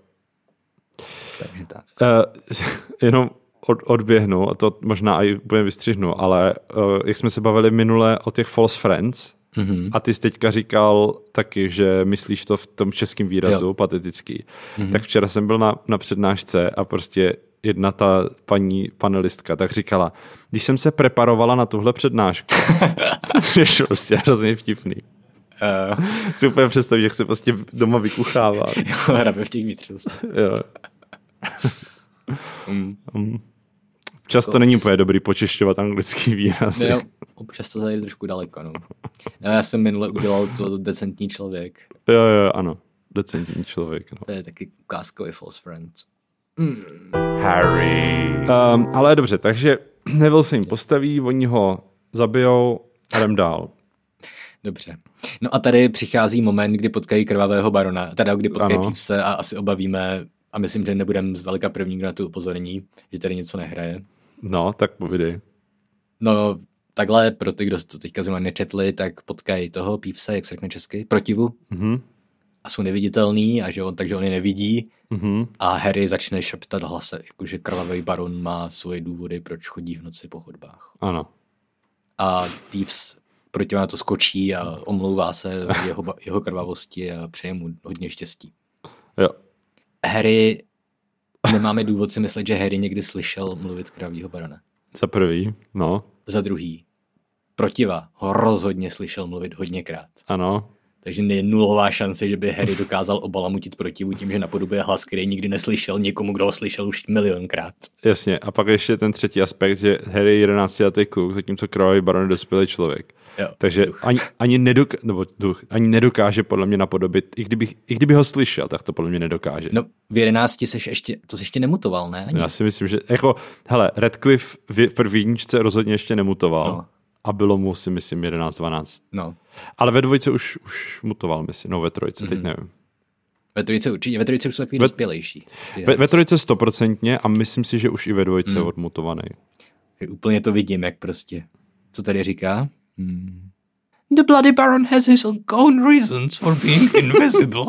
Takže tak. Jenom odběhnu, a to možná i budeme vystřihnu, ale jak jsme se bavili minule o těch false friends, a ty jsi teďka říkal taky, že myslíš to v tom českém výrazu, patetický, tak včera jsem byl na přednášce a prostě jedna ta paní panelistka tak říkala, když jsem se preparovala na tuhle přednášku, což je prostě hrozně vtipný. Si úplně představit, jak se prostě doma vykuchává. Hrabe v těch vnitřnostech. Jo. Často není úplně dobrý počešťovat anglický výraz. Jo, občas to zajde trošku daleko. No. Já jsem minule udělal to decentní člověk. Jo, ano. Decentní člověk. No. To je taky ukázkový false friends. Harry. Ale dobře, takže Neville se jim postaví, oni ho zabijou a jdem dál. Dobře. No a tady přichází moment, kdy potkají krvavého barona, teda kdy potkají Peevese a asi obavíme, a myslím, že nebudeme zdaleka první, kdo na to upozorní, že tady něco nehraje. No, tak povídej. No, takhle pro ty, kdo to teďka zrovna nečetli, tak potkají toho Peevese, jak se řekne česky, protivu. A jsou neviditelný, takže on je nevidí. A Harry začne šeptat hlase, jakože krvavý baron má svoje důvody, proč chodí v noci po chodbách. Ano. A Peeves proti na to skočí a omlouvá se jeho krvavosti a přeje mu hodně štěstí. Jo. Harry, nemáme důvod si myslet, že Harry někdy slyšel mluvit Krávýho barona. Za prvý, no. Za druhý, Protiva ho rozhodně slyšel mluvit hodněkrát. Ano. Takže je nulová šance, že by Harry dokázal obalamutit Protivu tím, že napodobuje hlas, který nikdy neslyšel někomu, kdo ho slyšel už milionkrát. Jasně. A pak ještě ten třetí aspekt, že Harry je 11letý kluk, zatímco Krvavý baron je dospělý člověk. Jo, takže ani nedokáže podle mě napodobit, i kdyby ho slyšel, tak to podle mě nedokáže. No v 11 to jsi ještě nemutoval, ne? Ani. Já si myslím, že jako, hele, Radcliffe v prvníčce rozhodně ještě nemutoval. No. A bylo mu, si myslím, 11-12. No. Ale ve dvojce už mutoval, myslím. No, ve trojce, teď nevím. Ve trojce určitě, ve trojce už jsou takový dospělejší. Ve trojce 100% a myslím si, že už i ve dvojce je odmutovaný. Úplně to vidím, jak prostě. Co tady říká? The Bloody Baron has his own reasons for being invisible.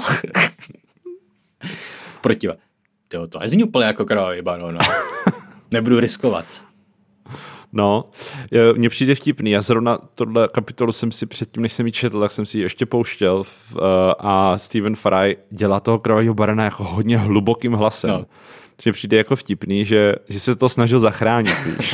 Protiva. To nezní úplně jako Krvavý baron. Nebudu riskovat. No, mně přijde vtipný. Já zrovna tohle kapitolu jsem si předtím, než jsem ji četl, tak jsem si ji ještě pouštěl a Stephen Fry dělá toho Krvavýho barona jako hodně hlubokým hlasem. No. Mně přijde jako vtipný, že se to snažil zachránit, víš.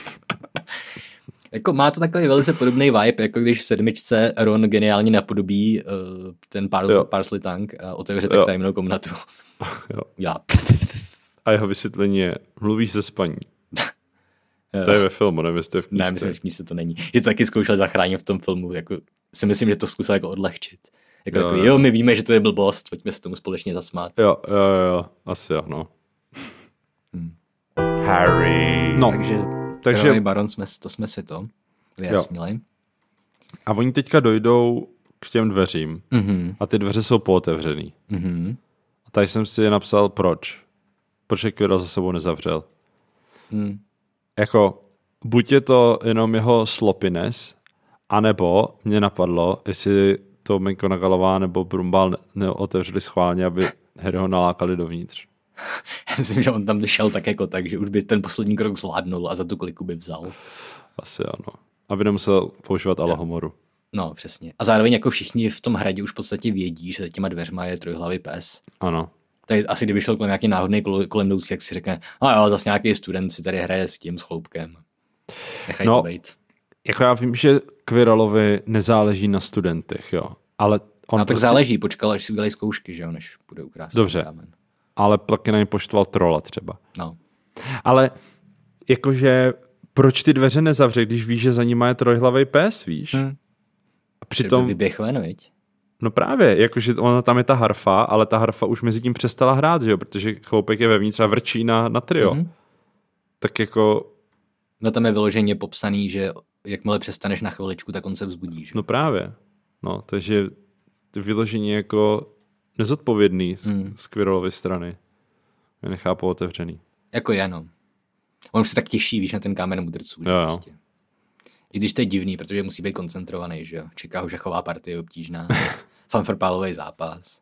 Jako má to takový velice podobný vibe, jako když v 7. Ron geniálně napodobí ten Parsley Tank a otevře tak tajemnou komnatu. Jo. Já. A jeho vysvětlení je, mluvíš ze spaní. To je ve filmu, nevím, jestli to je v knížce. Ne, myslím, že v knížce to není. Že to taky zkoušel zachránit v tom filmu, jako si myslím, že to zkusil jako odlehčit. Jako jo, my víme, že to je blbost, pojďme se tomu společně zasmát. Jo, asi jo, no. Harry. No, takže baron jsme si to vyjasnili. Jo. A oni teďka dojdou k těm dveřím a ty dveře jsou pootevřený. A tady jsem si napsal proč. Proč je Quirrell za sebou nezavřel. Jako, buď je to jenom jeho sloppiness, anebo mě napadlo, jestli to McGonagallová nebo Brumbal neotevřeli schválně, aby Harryho nalákali dovnitř. Myslím, že on tam šel tak jako tak, že už by ten poslední krok zvládnul a za tu kliku by vzal. Asi ano. Aby nemusel používat Alahomoru. No, přesně. A zároveň jako všichni v tom hradě už v podstatě vědí, že za těma dveřma je trojhlavý pes. Ano. Tady asi kdyby šel kolem nějaký náhodný kolem jdoucí, jak si řekne, a jo, zase nějaký student si tady hraje s tím chloupkem. Nechaj to být. Jako já vím, že Quirrellovi nezáleží na studentech, jo. Ale on tak záleží, počkal, až si udělají zkoušky, že jo, než bude ukrást. Dobře, kámen. Ale taky na ně poštval trola třeba. No. Ale jakože proč ty dveře nezavře, když víš, že za nima je trojhlavý pes, víš? A přitom... Vyběh ven, viď? No právě, jakože ona tam je ta harfa, ale ta harfa už mezi tím přestala hrát, že jo, protože chloupek je vevnitř a vrčí na trio. Tak jako... No tam je vyloženě popsaný, že jakmile přestaneš na chviličku, tak on se vzbudí, že? No právě. No, takže vyložení jako nezodpovědný z Quirrellovy strany. Já nechápu otevřený. Jako je, no. On už se tak těší, víš, na ten kámen mudrců. Jo. Prostě. I když to je divný, protože musí být koncentrovaný, že jo. Čeká ho šachová partie obtížná. Fanfarpálový zápas.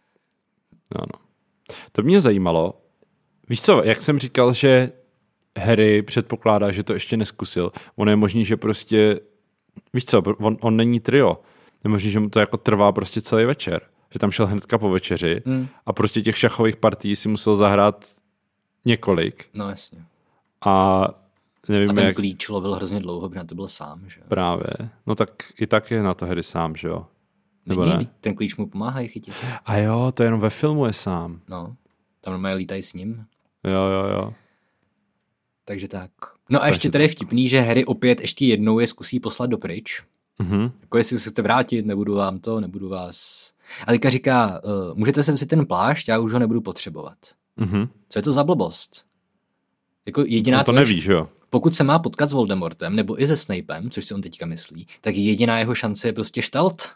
No. To mě zajímalo. Víš co, jak jsem říkal, že Harry předpokládá, že to ještě neskusil. Ono je možný, že prostě, víš co, on není trio. Je možný, že mu to jako trvá prostě celý večer. Že tam šel hnedka po večeři a prostě těch šachových partií si musel zahrát několik. No jasně. A nevím, a ten klíč lovil hrozně dlouho, protože na to byl sám, že jo? Právě. No tak i tak je na to Harry sám, že jo? Nebo ne? Ten klíč mu pomáhá je chytit. A jo, to jenom ve filmu je sám. No, tam normálně lítají s ním. Jo. Takže tak. No a ještě tady je vtipný, že Harry opět ještě jednou je zkusí poslat dopryč. Jako jestli se chcete vrátit, nebudu vás... A teďka říká, můžete sem si ten plášť, já už ho nebudu potřebovat. Co je to za blbost? Jako jediná to neví, že jo? Pokud se má potkat s Voldemortem, nebo i se Snapem, což si on teďka myslí, tak jediná jeho šance je prostě štalt.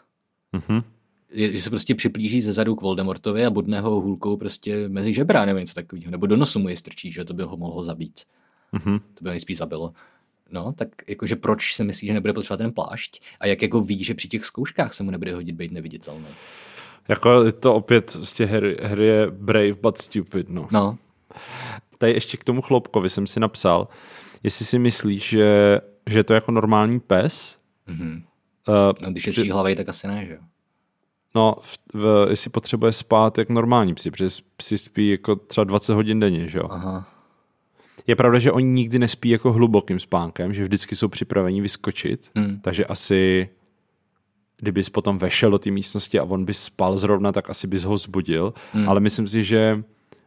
Že se prostě připlíží ze zadu k Voldemortovi a bodne ho hůlkou prostě mezi žebra, nebo něco takového. Nebo do nosu mu je strčí, že to by ho mohlo zabít. To by ho nejspíš zabilo. No, tak jakože proč se myslí, že nebude potřebovat ten plášť? A jak jako ví, že při těch zkouškách se mu nebude hodit být neviditelný? Jako je to opět vlastně Harry je brave but stupid, no. No. Tady ještě k tomu chloupkovi jsem si napsal, jestli si myslíš, že to je jako normální pes? No, když je tříhlavej, tak asi ne, že jo? No, jestli potřebuje spát jak normální psi, protože psi spí jako třeba 20 hodin denně, že jo? Aha. Je pravda, že oni nikdy nespí jako hlubokým spánkem, že vždycky jsou připraveni vyskočit, takže asi kdybys potom vešel do té místnosti a on by spal zrovna, tak asi bys ho zbudil, ale myslím si, že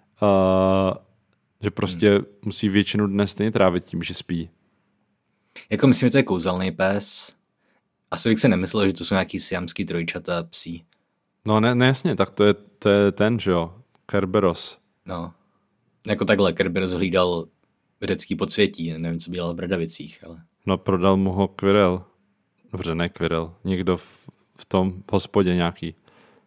prostě musí většinu dne stejně trávit tím, že spí. Jako myslím, že to je kouzelný pes. Asi bych se nemyslel, že to jsou nějaký siamský trojčata psí. No ne jasně, tak to je ten, že jo, Kerberos. No, jako takhle, Kerberos hlídal řecký podsvětí, nevím, co by dělal v Bradavicích, ale... No prodal mu ho Quirrell. Dobře, ne Quirrell, někdo v tom hospodě nějaký.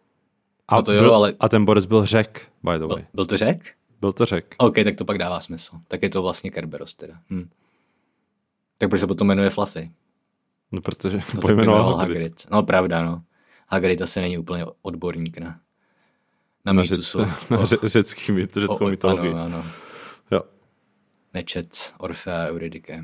A ten Boris byl Řek, by the way. Byl to Řek? Byl to Řek. OK, tak to pak dává smysl. Tak je to vlastně Kerberos teda. Tak proč se potom jmenuje Fluffy? No protože pojmenoval Hagrid. No pravda, no. Hagrid asi není úplně odborník na mýtusu. Na řeckou mytologii. Ano. Jo. Nečet Orfea a Eurydiké.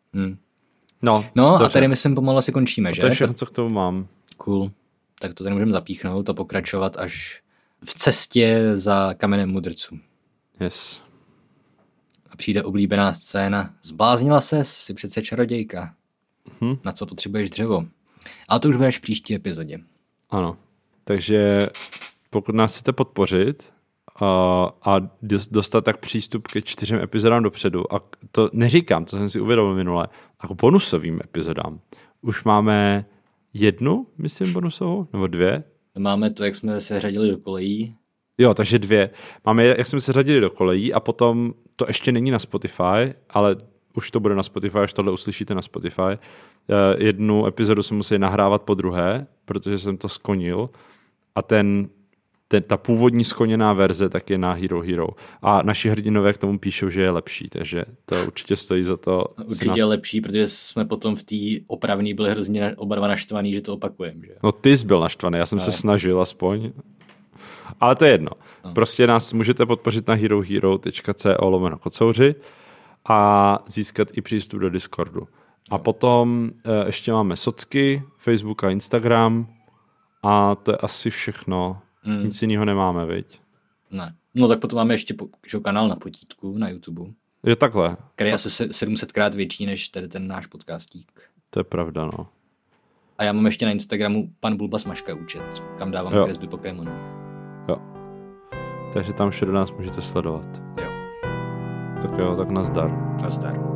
No a tady myslím pomalu asi končíme, že? To je všechno, co k tomu mám. Cool. Tak to tady můžeme zapíchnout a pokračovat až v cestě za kamenem mudrců. Yes. A přijde oblíbená scéna. Zbláznila ses, jsi přece čarodějka. Na co potřebuješ dřevo? Ale to už budeš v příští epizodě. Ano. Takže pokud nás chcete podpořit a dostat tak přístup ke 4 epizodám dopředu, a to neříkám, to jsem si uvědomil minule, jako bonusovým epizodám. Už máme 1, myslím, bonusovou, nebo 2. Máme to, jak jsme se řadili do kolejí. Jo, takže 2. Máme, jak jsme se řadili do kolejí a potom to ještě není na Spotify, ale už to bude na Spotify, až tohle uslyšíte na Spotify. 1 epizodu jsem musel nahrávat po druhé, protože jsem to skonil a ta původní skoněná verze tak je na Hero Hero. A naši hrdinové k tomu píšou, že je lepší, takže to určitě stojí za to. Určitě lepší, protože jsme potom v té opravný byli hrozně oba dva naštvaný, že to opakujeme. Že? No ty jsi byl naštvaný, já jsem se snažil aspoň. Ale to je jedno. Prostě nás můžete podpořit na herohero.co/kocouři a získat i přístup do Discordu. A potom ještě máme socky, Facebook a Instagram a to je asi všechno. Nic jiného nemáme, viď? Ne. No tak potom máme ještě kanál na potítku na YouTube. Je takhle. Který je asi 700krát větší než tady ten náš podcastík. To je pravda, no. A já mám ještě na Instagramu pan Bulba Smažka účet, kam dávám kresby Pokémonů. Jo. Takže tam všude nás můžete sledovat. Jo. Tak jo, tak nazdar. Nazdar.